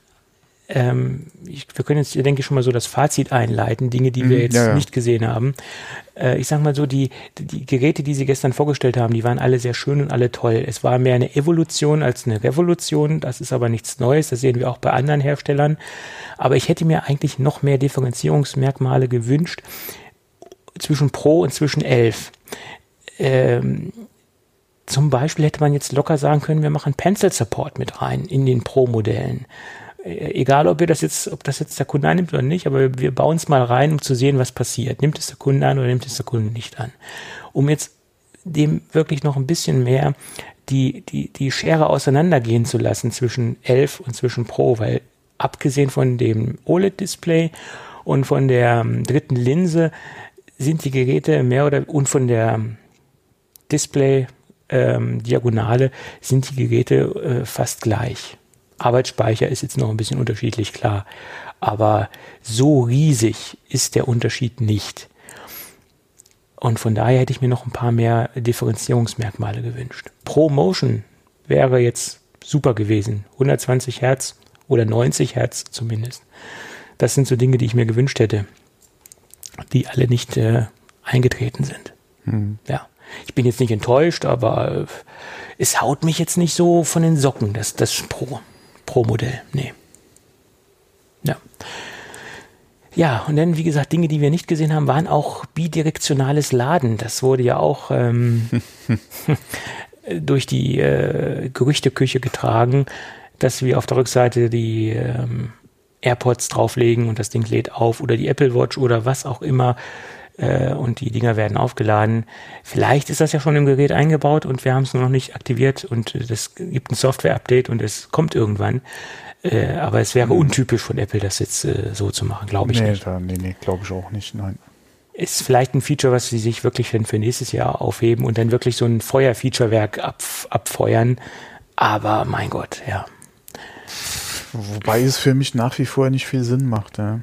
wir können jetzt, denke ich, schon mal so das Fazit einleiten, Dinge, die wir jetzt nicht gesehen haben. Ich sag mal so, die Geräte, die Sie gestern vorgestellt haben, die waren alle sehr schön und alle toll. Es war mehr eine Evolution als eine Revolution, das ist aber nichts Neues, das sehen wir auch bei anderen Herstellern. Aber ich hätte mir eigentlich noch mehr Differenzierungsmerkmale gewünscht zwischen Pro und zwischen 11. Zum Beispiel hätte man jetzt locker sagen können, wir machen Pencil Support mit rein in den Pro-Modellen. Egal, ob das jetzt der Kunde annimmt oder nicht, aber wir bauen es mal rein, um zu sehen, was passiert. Nimmt es der Kunde an oder nimmt es der Kunde nicht an? Um jetzt dem wirklich noch ein bisschen mehr die Schere auseinandergehen zu lassen zwischen 11 und zwischen Pro, weil abgesehen von dem OLED-Display und von der dritten Linse sind die Geräte und von der Display-Diagonale sind die Geräte fast gleich. Arbeitsspeicher ist jetzt noch ein bisschen unterschiedlich, klar. Aber so riesig ist der Unterschied nicht. Und von daher hätte ich mir noch ein paar mehr Differenzierungsmerkmale gewünscht. ProMotion wäre jetzt super gewesen. 120 Hertz oder 90 Hertz zumindest. Das sind so Dinge, die ich mir gewünscht hätte, die alle nicht eingetreten sind. Ja. Ich bin jetzt nicht enttäuscht, aber es haut mich jetzt nicht so von den Socken, das Pro-Modell. Nee. Ja. Ja, und dann, wie gesagt, Dinge, die wir nicht gesehen haben, waren auch bidirektionales Laden. Das wurde ja auch durch die Gerüchteküche getragen, dass wir auf der Rückseite die AirPods drauflegen und das Ding lädt auf oder die Apple Watch oder was auch immer. Und die Dinger werden aufgeladen. Vielleicht ist das ja schon im Gerät eingebaut und wir haben es nur noch nicht aktiviert und es gibt ein Software-Update und es kommt irgendwann. Aber es wäre untypisch von Apple, das jetzt so zu machen, glaube ich nicht. Nee, glaube ich auch nicht, nein. Ist vielleicht ein Feature, was sie sich wirklich für nächstes Jahr aufheben und dann wirklich so ein Feuer-Feature-Werk abfeuern. Aber mein Gott, ja. Wobei es für mich nach wie vor nicht viel Sinn macht, ja.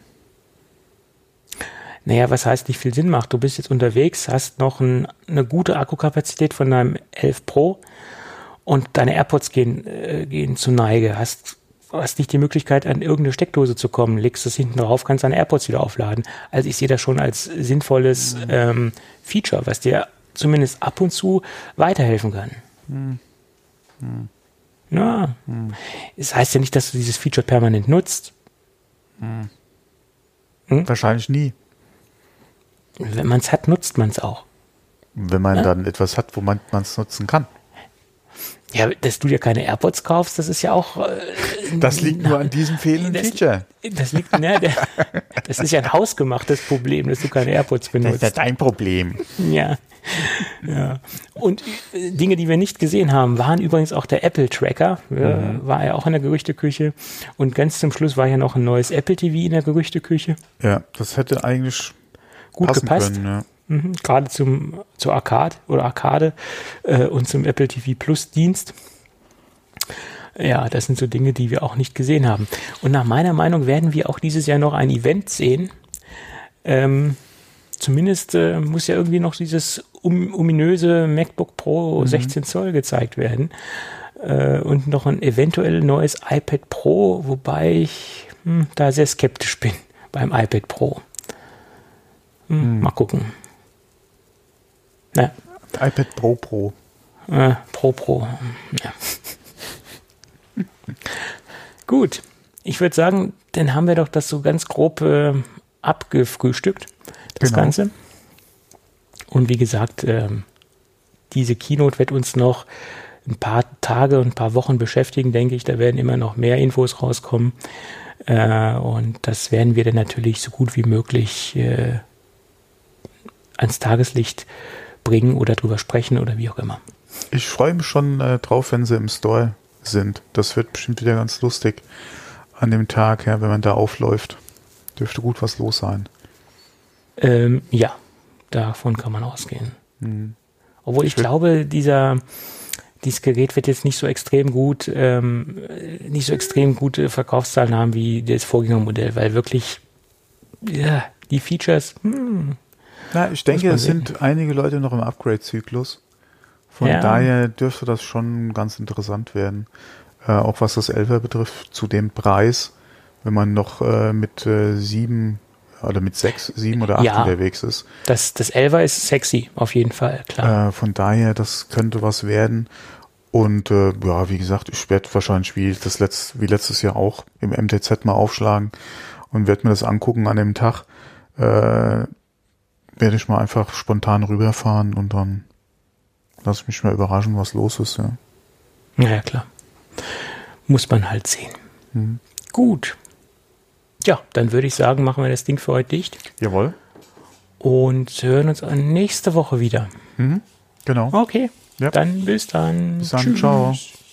Naja, was heißt nicht viel Sinn macht? Du bist jetzt unterwegs, hast noch eine gute Akkukapazität von deinem 11 Pro und deine AirPods gehen zu Neige. Hast nicht die Möglichkeit, an irgendeine Steckdose zu kommen, legst das hinten drauf, kannst deine AirPods wieder aufladen. Also ich sehe das schon als sinnvolles Feature, was dir zumindest ab und zu weiterhelfen kann. Ja. Es heißt ja nicht, dass du dieses Feature permanent nutzt. Wahrscheinlich nie. Wenn man es hat, nutzt man es auch. Wenn man dann etwas hat, wo man es nutzen kann. Ja, dass du dir keine AirPods kaufst, das ist ja auch... das liegt nur an diesem fehlenden Feature. Das ist ja ein hausgemachtes Problem, dass du keine AirPods benutzt. Das ist ja dein Problem. Ja. Und Dinge, die wir nicht gesehen haben, waren übrigens auch der Apple-Tracker. War ja auch in der Gerüchteküche. Und ganz zum Schluss war ja noch ein neues Apple TV in der Gerüchteküche. Ja, das hätte eigentlich gut gepasst. Können, ja. Gerade zur Arcade und zum Apple TV Plus Dienst. Ja, das sind so Dinge, die wir auch nicht gesehen haben. Und nach meiner Meinung werden wir auch dieses Jahr noch ein Event sehen. Zumindest muss ja irgendwie noch dieses ominöse MacBook Pro 16 Zoll gezeigt werden. Und noch ein eventuell neues iPad Pro, wobei ich da sehr skeptisch bin beim iPad Pro. Mal gucken. Ja. iPad Pro. Pro. Ja. Gut, ich würde sagen, dann haben wir doch das so ganz grob abgefrühstückt, das Ganze. Und wie gesagt, diese Keynote wird uns noch ein paar Tage und ein paar Wochen beschäftigen, denke ich. Da werden immer noch mehr Infos rauskommen. Und das werden wir dann natürlich so gut wie möglich ans Tageslicht bringen oder drüber sprechen oder wie auch immer. Ich freue mich schon drauf, wenn sie im Store sind. Das wird bestimmt wieder ganz lustig an dem Tag, ja, wenn man da aufläuft. Dürfte gut was los sein. Ja, davon kann man ausgehen. Obwohl ich glaube, dieses Gerät wird jetzt nicht so extrem gute Verkaufszahlen haben wie das Vorgängermodell, weil wirklich die Features. Na, ich denke, es sind einige Leute noch im Upgrade-Zyklus. Von daher dürfte das schon ganz interessant werden. Auch was das 11er betrifft, zu dem Preis, wenn man noch mit 7 oder mit 6, 7 oder 8 unterwegs ist. Das 11er ist sexy, auf jeden Fall, klar. Von daher, das könnte was werden. Und wie gesagt, ich werde wahrscheinlich wie letztes Jahr auch im MTZ mal aufschlagen und werde mir das angucken an dem Tag. Werde ich mal einfach spontan rüberfahren und dann lasse ich mich mal überraschen, was los ist. Ja, ja klar. Muss man halt sehen. Gut. Ja, dann würde ich sagen, machen wir das Ding für heute dicht. Jawohl. Und hören uns nächste Woche wieder. Genau. Okay, dann bis dann. Bis dann, ciao.